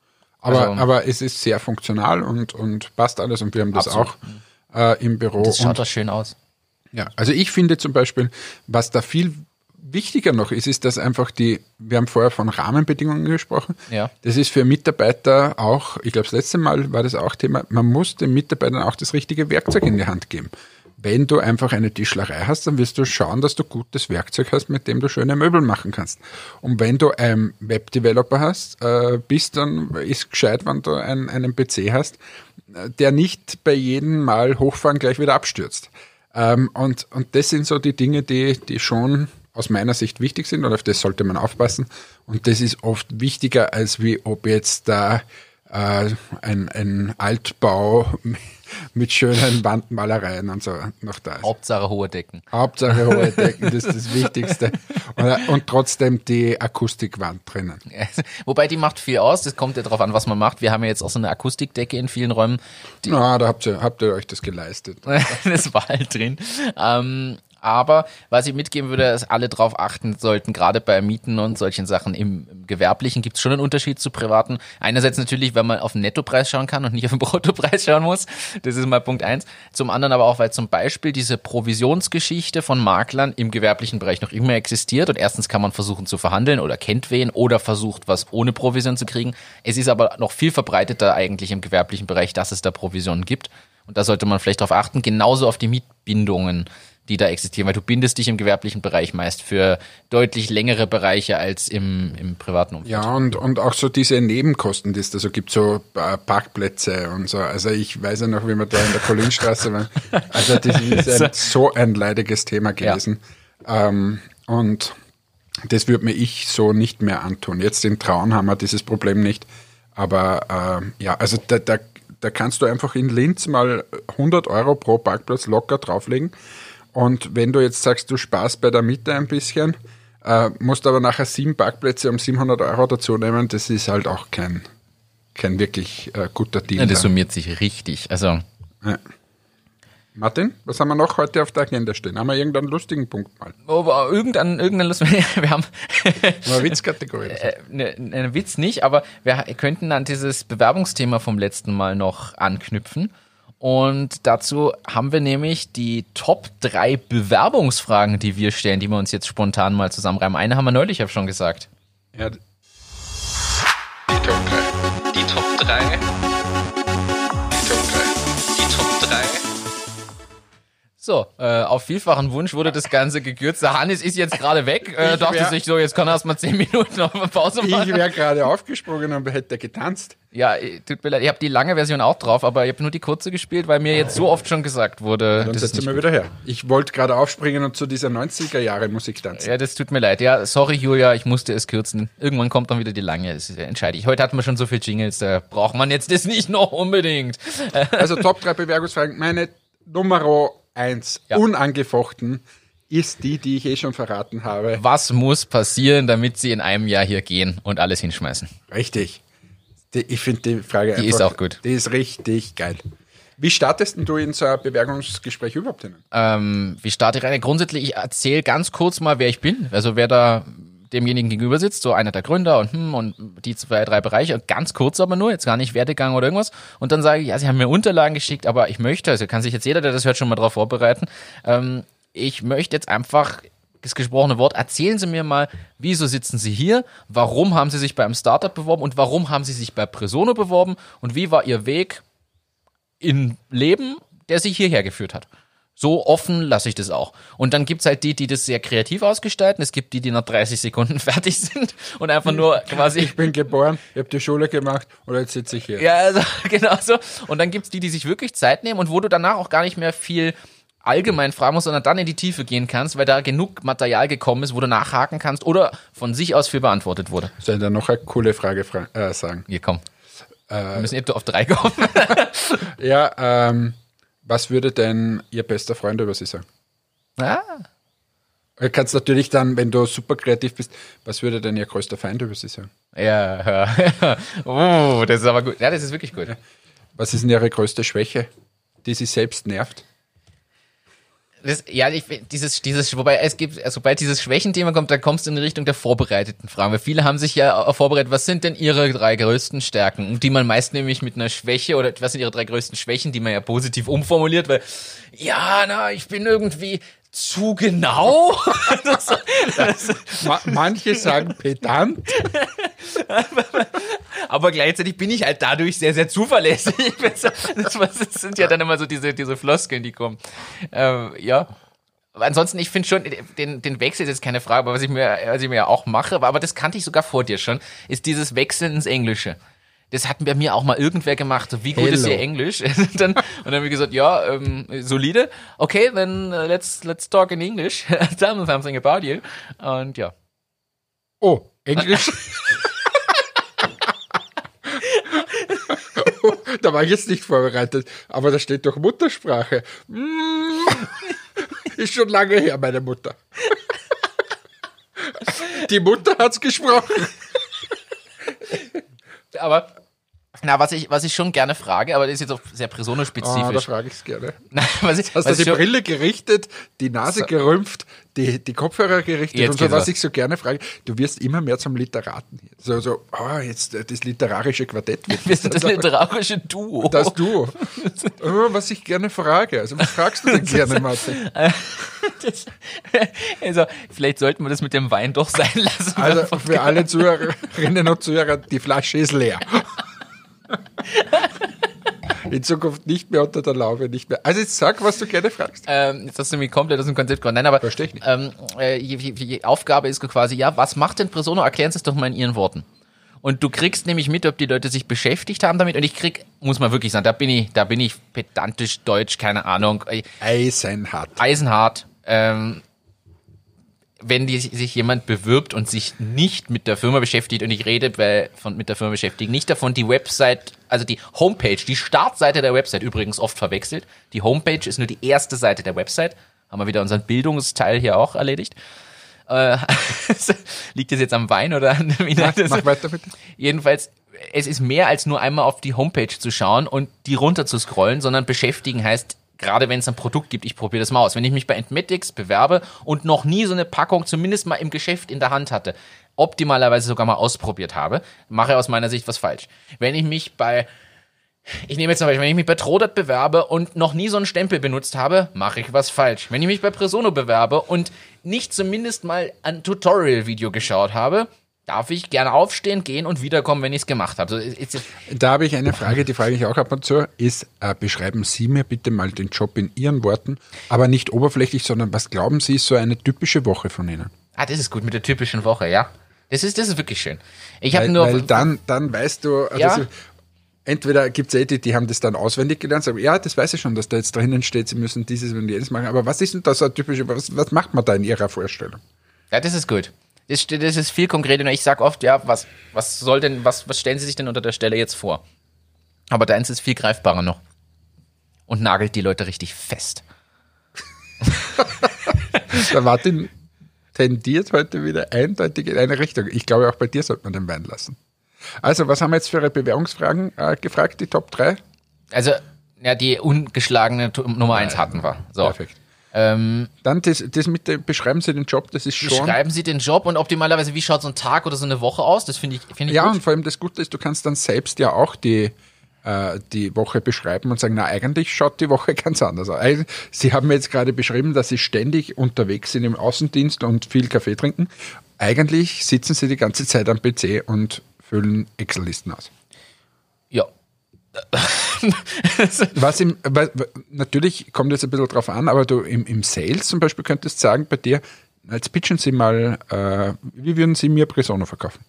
Aber, Also- aber es ist sehr funktional und, und passt alles und wir haben das Absolut. auch äh, im Büro. Das schaut und, doch schön aus. Ja, also ich finde zum Beispiel, was da viel wichtiger noch ist, ist, dass einfach die, wir haben vorher von Rahmenbedingungen gesprochen. Ja. Das ist für Mitarbeiter auch, ich glaube, das letzte Mal war das auch Thema, man muss den Mitarbeitern auch das richtige Werkzeug in die Hand geben. Wenn du einfach eine Tischlerei hast, dann wirst du schauen, dass du gutes Werkzeug hast, mit dem du schöne Möbel machen kannst. Und wenn du ein Webdeveloper hast, äh, bist, dann ist gescheit, wenn du einen, einen P C hast, äh, der nicht bei jedem Mal hochfahren gleich wieder abstürzt. Ähm, und, und das sind so die Dinge, die, die schon aus meiner Sicht wichtig sind und auf das sollte man aufpassen. Und das ist oft wichtiger, als wie ob jetzt da äh, ein, ein Altbau mit schönen Wandmalereien und so noch da ist. Hauptsache hohe Decken. Hauptsache hohe Decken, das ist das Wichtigste. Und, und trotzdem die Akustikwand drinnen. Wobei die macht viel aus. Das kommt ja darauf an, was man macht. Wir haben ja jetzt auch so eine Akustikdecke in vielen Räumen. Die, Na, da habt ihr, habt ihr euch das geleistet. das war halt drin. Ähm, aber was ich mitgeben würde, ist, alle drauf achten sollten, gerade bei Mieten und solchen Sachen. Im, im Gewerblichen gibt es schon einen Unterschied zu privaten. Einerseits natürlich, weil man auf den Nettopreis schauen kann und nicht auf den Bruttopreis schauen muss. Das ist mal Punkt eins. Zum anderen aber auch, weil zum Beispiel diese Provisionsgeschichte von Maklern im gewerblichen Bereich noch immer existiert. Und erstens kann man versuchen zu verhandeln oder kennt wen oder versucht, was ohne Provision zu kriegen. Es ist aber noch viel verbreiteter eigentlich im gewerblichen Bereich, dass es da Provisionen gibt. Und da sollte man vielleicht darauf achten, genauso auf die Mietbindungen, die da existieren, weil du bindest dich im gewerblichen Bereich meist für deutlich längere Bereiche als im, im privaten Umfeld. Ja, und, und auch so diese Nebenkosten, die es da so gibt, so äh, Parkplätze und so. Also ich weiß ja noch, wie wir da in der Kollinstraße waren. Also das ist ein, so ein leidiges Thema gewesen. Ja. Ähm, und das würde mir ich so nicht mehr antun. Jetzt in Traun haben wir dieses Problem nicht. Aber äh, ja, also da, da, da kannst du einfach in Linz mal hundert Euro pro Parkplatz locker drauflegen. Und wenn du jetzt sagst, du sparst bei der Miete ein bisschen, äh, musst aber nachher sieben Parkplätze um siebenhundert Euro dazu nehmen, das ist halt auch kein, kein wirklich äh, guter Deal. Ja, das summiert sich richtig. Also ja. Martin, was haben wir noch heute auf der Agenda stehen? Haben wir irgendeinen lustigen Punkt mal? aber irgendein, irgendein Lust, wir haben Eine Witzkategorie. äh, ne, ne Witz nicht, aber wir könnten an dieses Bewerbungsthema vom letzten Mal noch anknüpfen. Und dazu haben wir nämlich die Top drei Bewerbungsfragen, die wir stellen, die wir uns jetzt spontan mal zusammenreimen. Eine haben wir neulich ja schon gesagt. Ja. Die Top drei. Die Top drei. Die Top drei. Die Top drei. So, äh, auf vielfachen Wunsch wurde das Ganze gekürzt. Der Hannes ist jetzt gerade weg, äh, Ich dachte wär- sich so, jetzt kann er erst mal zehn Minuten auf eine Pause Ich machen. wäre gerade aufgesprungen und hätte getanzt. Ja, äh, tut mir leid, ich habe die lange Version auch drauf, aber ich habe nur die kurze gespielt, weil mir jetzt so oft schon gesagt wurde, Dann das ist setzt nicht mal gut. wieder her. Ich wollte gerade aufspringen und zu dieser neunziger Jahre Musik tanzen. Ja, das tut mir leid. Ja, sorry Julia, ich musste es kürzen. Irgendwann kommt dann wieder die lange, das ist ja entscheidend. Heute hatten wir schon so viele Jingles, da braucht man jetzt das nicht noch unbedingt. Also Top drei Bewerbungsfragen. Meine Nummer eins, Ja. unangefochten, ist die, die ich eh schon verraten habe. Was muss passieren, damit sie in einem Jahr hier gehen und alles hinschmeißen? Richtig. Die, ich finde die Frage Die einfach... ist auch gut. Die ist richtig geil. Wie startest denn du in so ein Bewerbungsgespräch überhaupt hinein? Ähm, wie starte ich rein? Grundsätzlich, ich erzähle ganz kurz mal, wer ich bin. Also wer da demjenigen gegenüber sitzt, so einer der Gründer und hm, und die zwei, drei Bereiche. Ganz kurz aber nur, jetzt gar nicht Werdegang oder irgendwas. Und dann sage ich, ja, sie haben mir Unterlagen geschickt, aber ich möchte, also kann sich jetzt jeder, der das hört, schon mal drauf vorbereiten. Ähm, ich möchte jetzt einfach das gesprochene Wort, erzählen Sie mir mal, wieso sitzen Sie hier, warum haben Sie sich bei einem Startup beworben und warum haben Sie sich bei Presono beworben und wie war Ihr Weg im Leben, der Sie hierher geführt hat. So offen lasse ich das auch. Und dann gibt's halt die, die das sehr kreativ ausgestalten. Es gibt die, die nach dreißig Sekunden fertig sind und einfach nur quasi... Ich bin geboren, ich habe die Schule gemacht und jetzt sitze ich hier. Ja, also, genau so. Und dann gibt's die, die sich wirklich Zeit nehmen und wo du danach auch gar nicht mehr viel allgemein fragen musst, sondern dann in die Tiefe gehen kannst, weil da genug Material gekommen ist, wo du nachhaken kannst oder von sich aus viel beantwortet wurde. Soll ich da noch eine coole Frage fra- äh, sagen? Hier, komm. Wir müssen eben auf drei kommen. Ja, ähm, was würde denn Ihr bester Freund über Sie sagen? Ah. Du kannst natürlich dann, wenn du super kreativ bist, was würde denn Ihr größter Feind über Sie sagen? Ja, ja. Oh, das ist aber gut. Ja, das ist wirklich gut. Was ist denn Ihre größte Schwäche, die Sie selbst nervt? Das, ja, ich, dieses, dieses, wobei es gibt, sobald dieses Schwächenthema kommt, da kommst du in die Richtung der vorbereiteten Fragen. Weil viele haben sich ja vorbereitet, was sind denn ihre drei größten Stärken? Die man meist nämlich mit einer Schwäche oder was sind ihre drei größten Schwächen, die man ja positiv umformuliert, weil, ja, na, ich bin irgendwie zu genau. das, das, Ma- manche sagen pedant. aber gleichzeitig bin ich halt dadurch sehr, sehr zuverlässig. Das, das sind ja dann immer so diese, diese Floskeln, die kommen. Ähm, ja. Aber ansonsten, ich finde schon, den, den Wechsel ist jetzt keine Frage, aber was ich mir, was ich mir ja auch mache, aber das kannte ich sogar vor dir schon, ist dieses Wechseln ins Englische. Das hat bei mir auch mal irgendwer gemacht, so wie gut Hello. ist Ihr Englisch? Und dann, und dann habe ich gesagt, ja, ähm, solide. Okay, then uh, let's, let's talk in English. Tell me something about you. Und ja. Oh, Englisch. Oh, da war ich jetzt nicht vorbereitet, aber da steht doch Muttersprache. Mm, ist schon lange her, meine Mutter. Die Mutter hat's gesprochen. Aber, na, was ich, was ich schon gerne frage, aber das ist jetzt auch sehr Ah, da personospezifisch. frage ich's gerne. Nein, was ich, Hast du was die ich schon, Brille gerichtet, die Nase gerümpft, die, die Kopfhörer gerichtet Jetzt und so, geht's was was. ich so gerne frage. Du wirst immer mehr zum Literaten. So, so, oh, jetzt äh, das literarische Quartett. wird wir sind das literarische Duo. Das du. Oh, was ich gerne frage. Also, was fragst du denn gerne, Martin? Das, also, vielleicht sollten wir das mit dem Wein doch sein lassen. Also, für alle Zuhörerinnen und Zuhörer, die Flasche ist leer. In Zukunft nicht mehr unter der Laube, nicht mehr. Also, jetzt sag, was du gerne fragst. Ähm, jetzt hast du mich komplett aus dem Konzept gebracht. Nein, aber Versteh ich nicht. Ähm, äh, die, die, die Aufgabe ist quasi, ja, was macht denn Presono? Erklären Sie es doch mal in Ihren Worten. Und du kriegst nämlich mit, ob die Leute sich beschäftigt haben damit. Und ich krieg, muss man wirklich sagen, da bin ich, da bin ich pedantisch deutsch, keine Ahnung, äh, Eisenhart. eisenhart. Ähm, wenn die, sich jemand bewirbt und sich nicht mit der Firma beschäftigt, und ich rede bei, von, mit der Firma beschäftigt, nicht davon, die Website, also die Homepage, die Startseite der Website übrigens oft verwechselt. Die Homepage ist nur die erste Seite der Website. Haben wir wieder unseren Bildungsteil hier auch erledigt. Äh, liegt das jetzt am Wein oder an dem Inhalt? Mach weiter, bitte. Jedenfalls, es ist mehr als nur einmal auf die Homepage zu schauen und die runter zu scrollen, sondern beschäftigen heißt, gerade wenn es ein Produkt gibt, ich probiere das mal aus. Wenn ich mich bei Entmetics bewerbe und noch nie so eine Packung zumindest mal im Geschäft in der Hand hatte, optimalerweise sogar mal ausprobiert habe, mache ich aus meiner Sicht was falsch. Wenn ich mich bei, ich nehme jetzt zum Beispiel, wenn ich mich bei Trodat bewerbe und noch nie so einen Stempel benutzt habe, mache ich was falsch. Wenn ich mich bei Presono bewerbe und nicht zumindest mal ein Tutorial-Video geschaut habe, darf ich gerne aufstehen, gehen und wiederkommen, wenn ich es gemacht habe. So, ist, ist, Da habe ich eine Frage, die frage ich auch ab und zu, ist, äh, beschreiben Sie mir bitte mal den Job in Ihren Worten, aber nicht oberflächlich, sondern was glauben Sie, ist so eine typische Woche von Ihnen? ah, das ist gut mit der typischen Woche, ja. Das ist, das ist wirklich schön. Ich habe Weil, nur... weil dann, dann weißt du, also Ja. so, entweder gibt es eh die, die haben das dann auswendig gelernt, sagen, ja, das weiß ich schon, dass da jetzt drinnen steht, Sie müssen dieses und jenes machen, aber was ist denn das so typische, was, was macht man da in Ihrer Vorstellung? Ja, das ist gut. Das, das ist viel konkreter. Ich sag oft, ja, was, was soll denn, was, was stellen Sie sich denn unter der Stelle jetzt vor? Aber deins ist viel greifbarer noch. Und nagelt die Leute richtig fest. Der Martin tendiert heute wieder eindeutig in eine Richtung. Ich glaube, auch bei dir sollte man den Wein lassen. Also, was haben wir jetzt für Ihre Bewerbungsfragen äh, gefragt, die Top drei? Also, ja, die ungeschlagene Tu- Nummer eins hatten wir. So. Perfekt. Ähm, Dann das, das mit dem, beschreiben Sie den Job, das ist schon... beschreiben Sie den Job und optimalerweise, wie schaut so ein Tag oder so eine Woche aus? Das finde ich, finde ich Ja, gut. und vor allem das Gute ist, du kannst dann selbst ja auch die, äh, die Woche beschreiben und sagen, na, eigentlich schaut die Woche ganz anders aus. Also, Sie haben mir jetzt gerade beschrieben, dass Sie ständig unterwegs sind im Außendienst und viel Kaffee trinken. Eigentlich sitzen Sie die ganze Zeit am P C und füllen Excel-Listen aus. Ja. Was im, weil, natürlich kommt jetzt ein bisschen drauf an, aber du im, im Sales zum Beispiel könntest sagen bei dir, na, jetzt pitchen Sie mal, äh, wie würden Sie mir Presono verkaufen?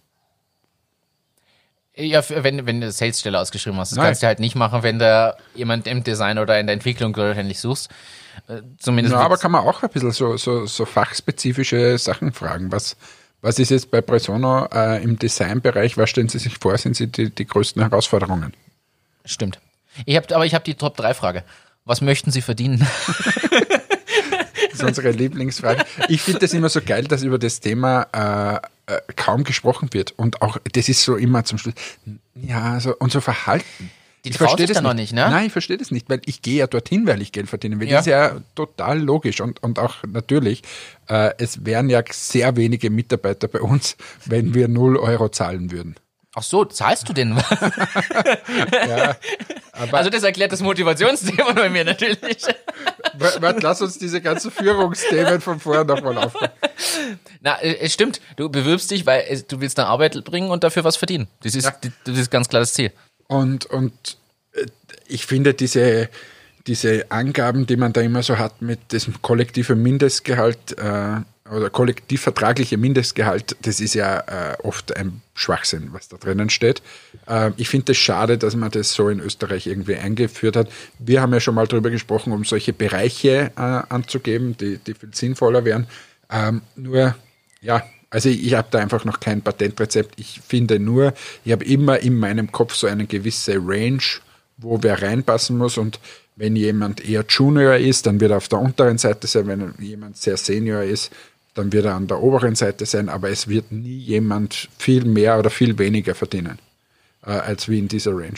Ja, für- wenn, wenn du eine Salesstelle ausgeschrieben hast. Das Nein. kannst du halt nicht machen, wenn du jemand im Design oder in der Entwicklung wahrscheinlich suchst. Äh, Zumindest Ja, aber wird's- kann man auch ein bisschen so, so, so fachspezifische Sachen fragen. Was, was ist jetzt bei Presono äh, im Designbereich, was stellen Sie sich vor, sind Sie die, die größten Herausforderungen? Stimmt. Ich hab, aber ich habe die Top drei Frage. Was möchten Sie verdienen? Das ist unsere Lieblingsfrage. Ich finde das immer so geil, dass über das Thema äh, äh, kaum gesprochen wird. Und auch, das ist so immer zum Schluss, ja, so, und so Verhalten. Die Ich trauen verstehe sich das da noch nicht, ne? Nein, ich verstehe das nicht, weil ich gehe ja dorthin, weil ich Geld verdienen will. Ja. Das ist ja total logisch und, und auch natürlich, äh, es wären ja sehr wenige Mitarbeiter bei uns, wenn wir null Euro zahlen würden. Ach so, zahlst du denn? Ja, aber Also das erklärt das Motivationsthema bei mir natürlich. warte, lass uns diese ganzen Führungsthemen von vorher nochmal aufnehmen. Na, äh, es stimmt. Du bewirbst dich, weil es- du willst eine Arbeit bringen und dafür was verdienen. Das ist, Ja. das ist ganz klar das Ziel. Und, und äh, ich finde diese, diese Angaben, die man da immer so hat mit diesem kollektiven Mindestgehalt äh, oder kollektivvertragliche Mindestgehalt, das ist ja äh, oft ein Schwachsinn, was da drinnen steht. Äh, ich finde es schade, dass man das so in Österreich irgendwie eingeführt hat. Wir haben ja schon mal darüber gesprochen, um solche Bereiche äh, anzugeben, die, die viel sinnvoller wären. Ähm, nur, ja, also ich, ich habe da einfach noch kein Patentrezept. Ich finde nur, ich habe immer in meinem Kopf so eine gewisse Range, wo wer reinpassen muss. Und wenn jemand eher Junior ist, dann wird er auf der unteren Seite sein. Wenn jemand sehr Senior ist, dann wird er an der oberen Seite sein. Aber es wird nie jemand viel mehr oder viel weniger verdienen, äh, als wie in dieser Range.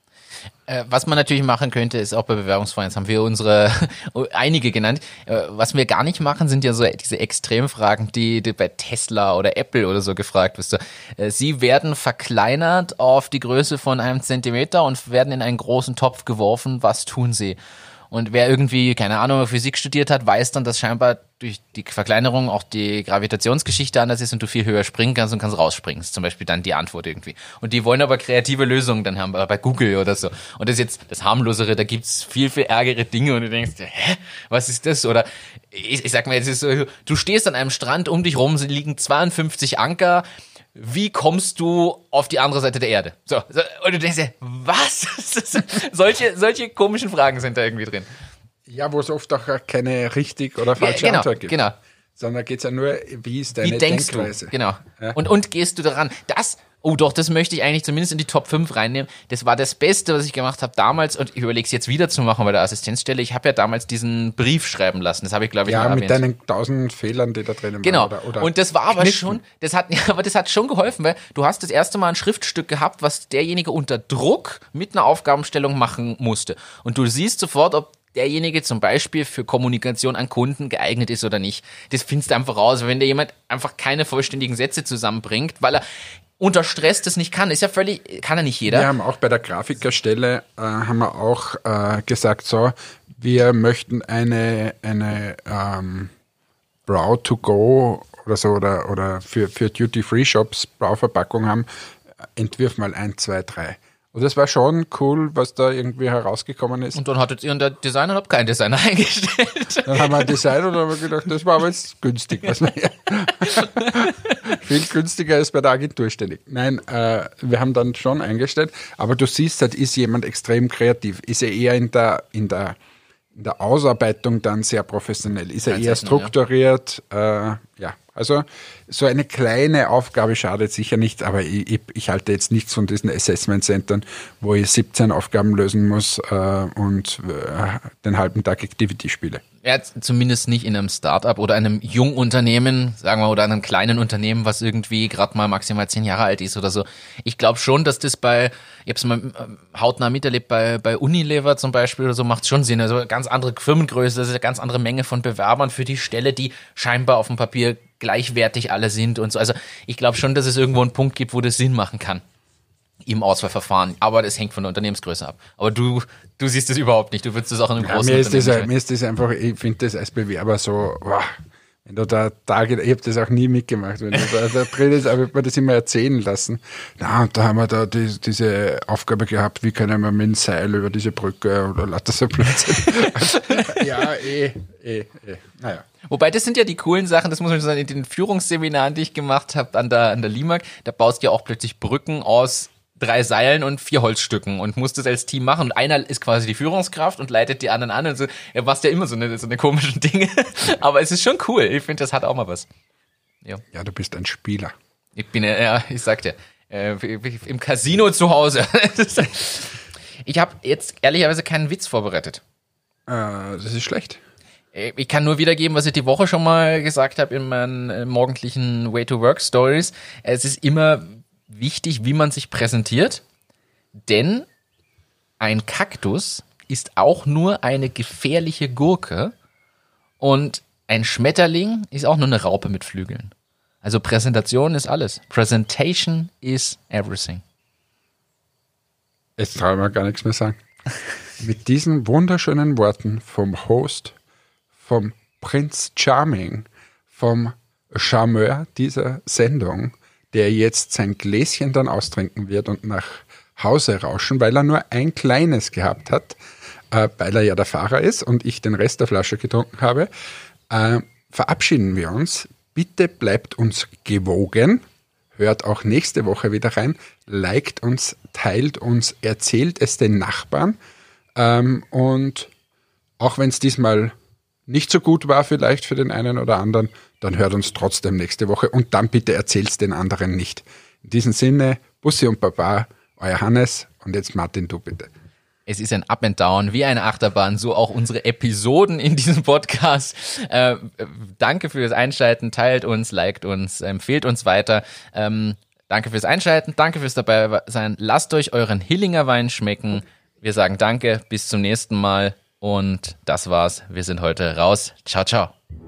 Äh, was man natürlich machen könnte, ist auch bei Bewerbungsfragen, jetzt haben wir unsere einige genannt. Äh, was wir gar nicht machen, sind ja so diese Extremfragen, die, die bei Tesla oder Apple oder so gefragt wirst. Äh, Sie werden verkleinert auf die Größe von einem Zentimeter und werden in einen großen Topf geworfen. Was tun Sie? Und wer irgendwie, keine Ahnung, Physik studiert hat, weiß dann, dass scheinbar durch die Verkleinerung auch die Gravitationsgeschichte anders ist und du viel höher springen kannst und kannst rausspringen. Das ist zum Beispiel dann die Antwort irgendwie. Und die wollen aber kreative Lösungen dann haben, bei Google oder so. Und das ist jetzt das harmlosere, da gibt's viel, viel ärgere Dinge und du denkst, hä, was ist das? Oder ich, ich sag mal, es ist so, du stehst an einem Strand, um dich rum liegen zweiundfünfzig Anker. Wie kommst du auf die andere Seite der Erde? So, so und du denkst dir, was? solche, solche komischen Fragen sind da irgendwie drin. Ja, wo es oft auch keine richtig oder falsche genau, Antwort gibt. genau. Sondern geht es ja nur, wie ist deine Wie denkst Denkweise? du? Genau. Ja. Und, und gehst du daran? Das, oh doch, das möchte ich eigentlich zumindest in die Top fünf reinnehmen. Das war das Beste, was ich gemacht habe damals und ich überlege es jetzt wieder zu machen bei der Assistenzstelle. Ich habe ja damals diesen Brief schreiben lassen. Das habe ich, glaube ich, Ja, mal mit erwähnt. deinen tausend Fehlern, die da drinnen Genau. waren. Oder, oder und das war aber Kniffen. schon, das hat, ja, aber das hat schon geholfen, weil du hast das erste Mal ein Schriftstück gehabt, was derjenige unter Druck mit einer Aufgabenstellung machen musste. Und du siehst sofort, ob derjenige zum Beispiel für Kommunikation an Kunden geeignet ist oder nicht. Das findest du einfach raus, wenn dir jemand einfach keine vollständigen Sätze zusammenbringt, weil er unter Stress das nicht kann. Ist ja völlig, kann er nicht jeder. Wir haben auch bei der Grafikerstelle äh, haben wir auch äh, gesagt, so, wir möchten eine, eine ähm, Brow-to-go oder so oder, oder für, für Duty-Free-Shops Bauverpackung haben, entwirf mal ein, zwei, drei. Und das war schon cool, was da irgendwie herausgekommen ist. Und dann hattet ihr einen Designer und habt keinen Designer eingestellt. Dann haben wir einen Designer und dann haben wir gedacht, das war aber jetzt günstig. Was wir Viel günstiger als bei der Agentur ständig. Nein, äh, wir haben dann schon eingestellt, aber du siehst halt, ist jemand extrem kreativ, ist er eher in der, in der, in der Ausarbeitung dann sehr professionell, ist er eher strukturiert, ja. Äh, ja. Also so eine kleine Aufgabe schadet sicher nicht, aber ich, ich, ich halte jetzt nichts von diesen Assessment-Centern, wo ich siebzehn Aufgaben lösen muss äh, und äh, den halben Tag Activity spiele. Ja, zumindest nicht in einem Startup oder einem Jungunternehmen, sagen wir, oder einem kleinen Unternehmen, was irgendwie gerade mal maximal zehn Jahre alt ist oder so. Ich glaube schon, dass das bei, ich habe es mal hautnah miterlebt, bei, bei Unilever zum Beispiel oder so, macht es schon Sinn. Also ganz andere Firmengröße, das ist eine ganz andere Menge von Bewerbern für die Stelle, die scheinbar auf dem Papier gleichwertig alle sind und so. Also ich glaube schon, dass es irgendwo einen Punkt gibt, wo das Sinn machen kann im Auswahlverfahren. Aber das hängt von der Unternehmensgröße ab. Aber du, du siehst das überhaupt nicht. Du würdest das auch in einem ja, großen mir ist Unternehmen das, Mir ist das einfach, ich finde das als Bewerber so, wow, wenn du da Tage, ich habe das auch nie mitgemacht, wenn du da, da drin ist, aber ich habe mir das immer erzählen lassen. Na, und da haben wir da die, diese Aufgabe gehabt, wie können wir mit dem Seil über diese Brücke oder lauter so Blödsinn. Ja, eh, eh, eh. Naja. Wobei, das sind ja die coolen Sachen, das muss man sagen, in den Führungsseminaren, die ich gemacht habe an der, an der Limag, da baust du ja auch plötzlich Brücken aus drei Seilen und vier Holzstücken und musst das als Team machen und einer ist quasi die Führungskraft und leitet die anderen an und so. Er machst ja immer so eine, so eine komischen Dinge, aber es ist schon cool. Ich finde, das hat auch mal was. Ja, ja, du bist ein Spieler. Ich bin, ja, ich sag dir, äh, im Casino zu Hause. Ich habe jetzt ehrlicherweise keinen Witz vorbereitet. Äh, das ist schlecht. Ich kann nur wiedergeben, was ich die Woche schon mal gesagt habe in meinen äh, morgendlichen Way-to-Work-Stories. Es ist immer wichtig, wie man sich präsentiert, denn ein Kaktus ist auch nur eine gefährliche Gurke und ein Schmetterling ist auch nur eine Raupe mit Flügeln. Also Präsentation ist alles. Presentation is everything. Jetzt traue ich mir gar nichts mehr sagen. Mit diesen wunderschönen Worten vom Host, vom Prinz Charming, vom Charmeur dieser Sendung, der jetzt sein Gläschen dann austrinken wird und nach Hause rauschen, weil er nur ein kleines gehabt hat, äh, weil er ja der Fahrer ist und ich den Rest der Flasche getrunken habe, äh, verabschieden wir uns. Bitte bleibt uns gewogen, hört auch nächste Woche wieder rein, liked uns, teilt uns, erzählt es den Nachbarn ähm, und auch wenn es diesmal nicht so gut war vielleicht für den einen oder anderen, dann hört uns trotzdem nächste Woche und dann bitte erzähl's den anderen nicht. In diesem Sinne, Bussi und Baba, euer Hannes und jetzt Martin, du bitte. Es ist ein Up and Down, wie eine Achterbahn, so auch unsere Episoden in diesem Podcast. Äh, danke fürs Einschalten, teilt uns, liked uns, empfehlt uns weiter. Ähm, danke fürs Einschalten, danke fürs dabei sein. Lasst euch euren Hillinger Wein schmecken. Wir sagen danke, bis zum nächsten Mal und das war's. Wir sind heute raus. Ciao, ciao.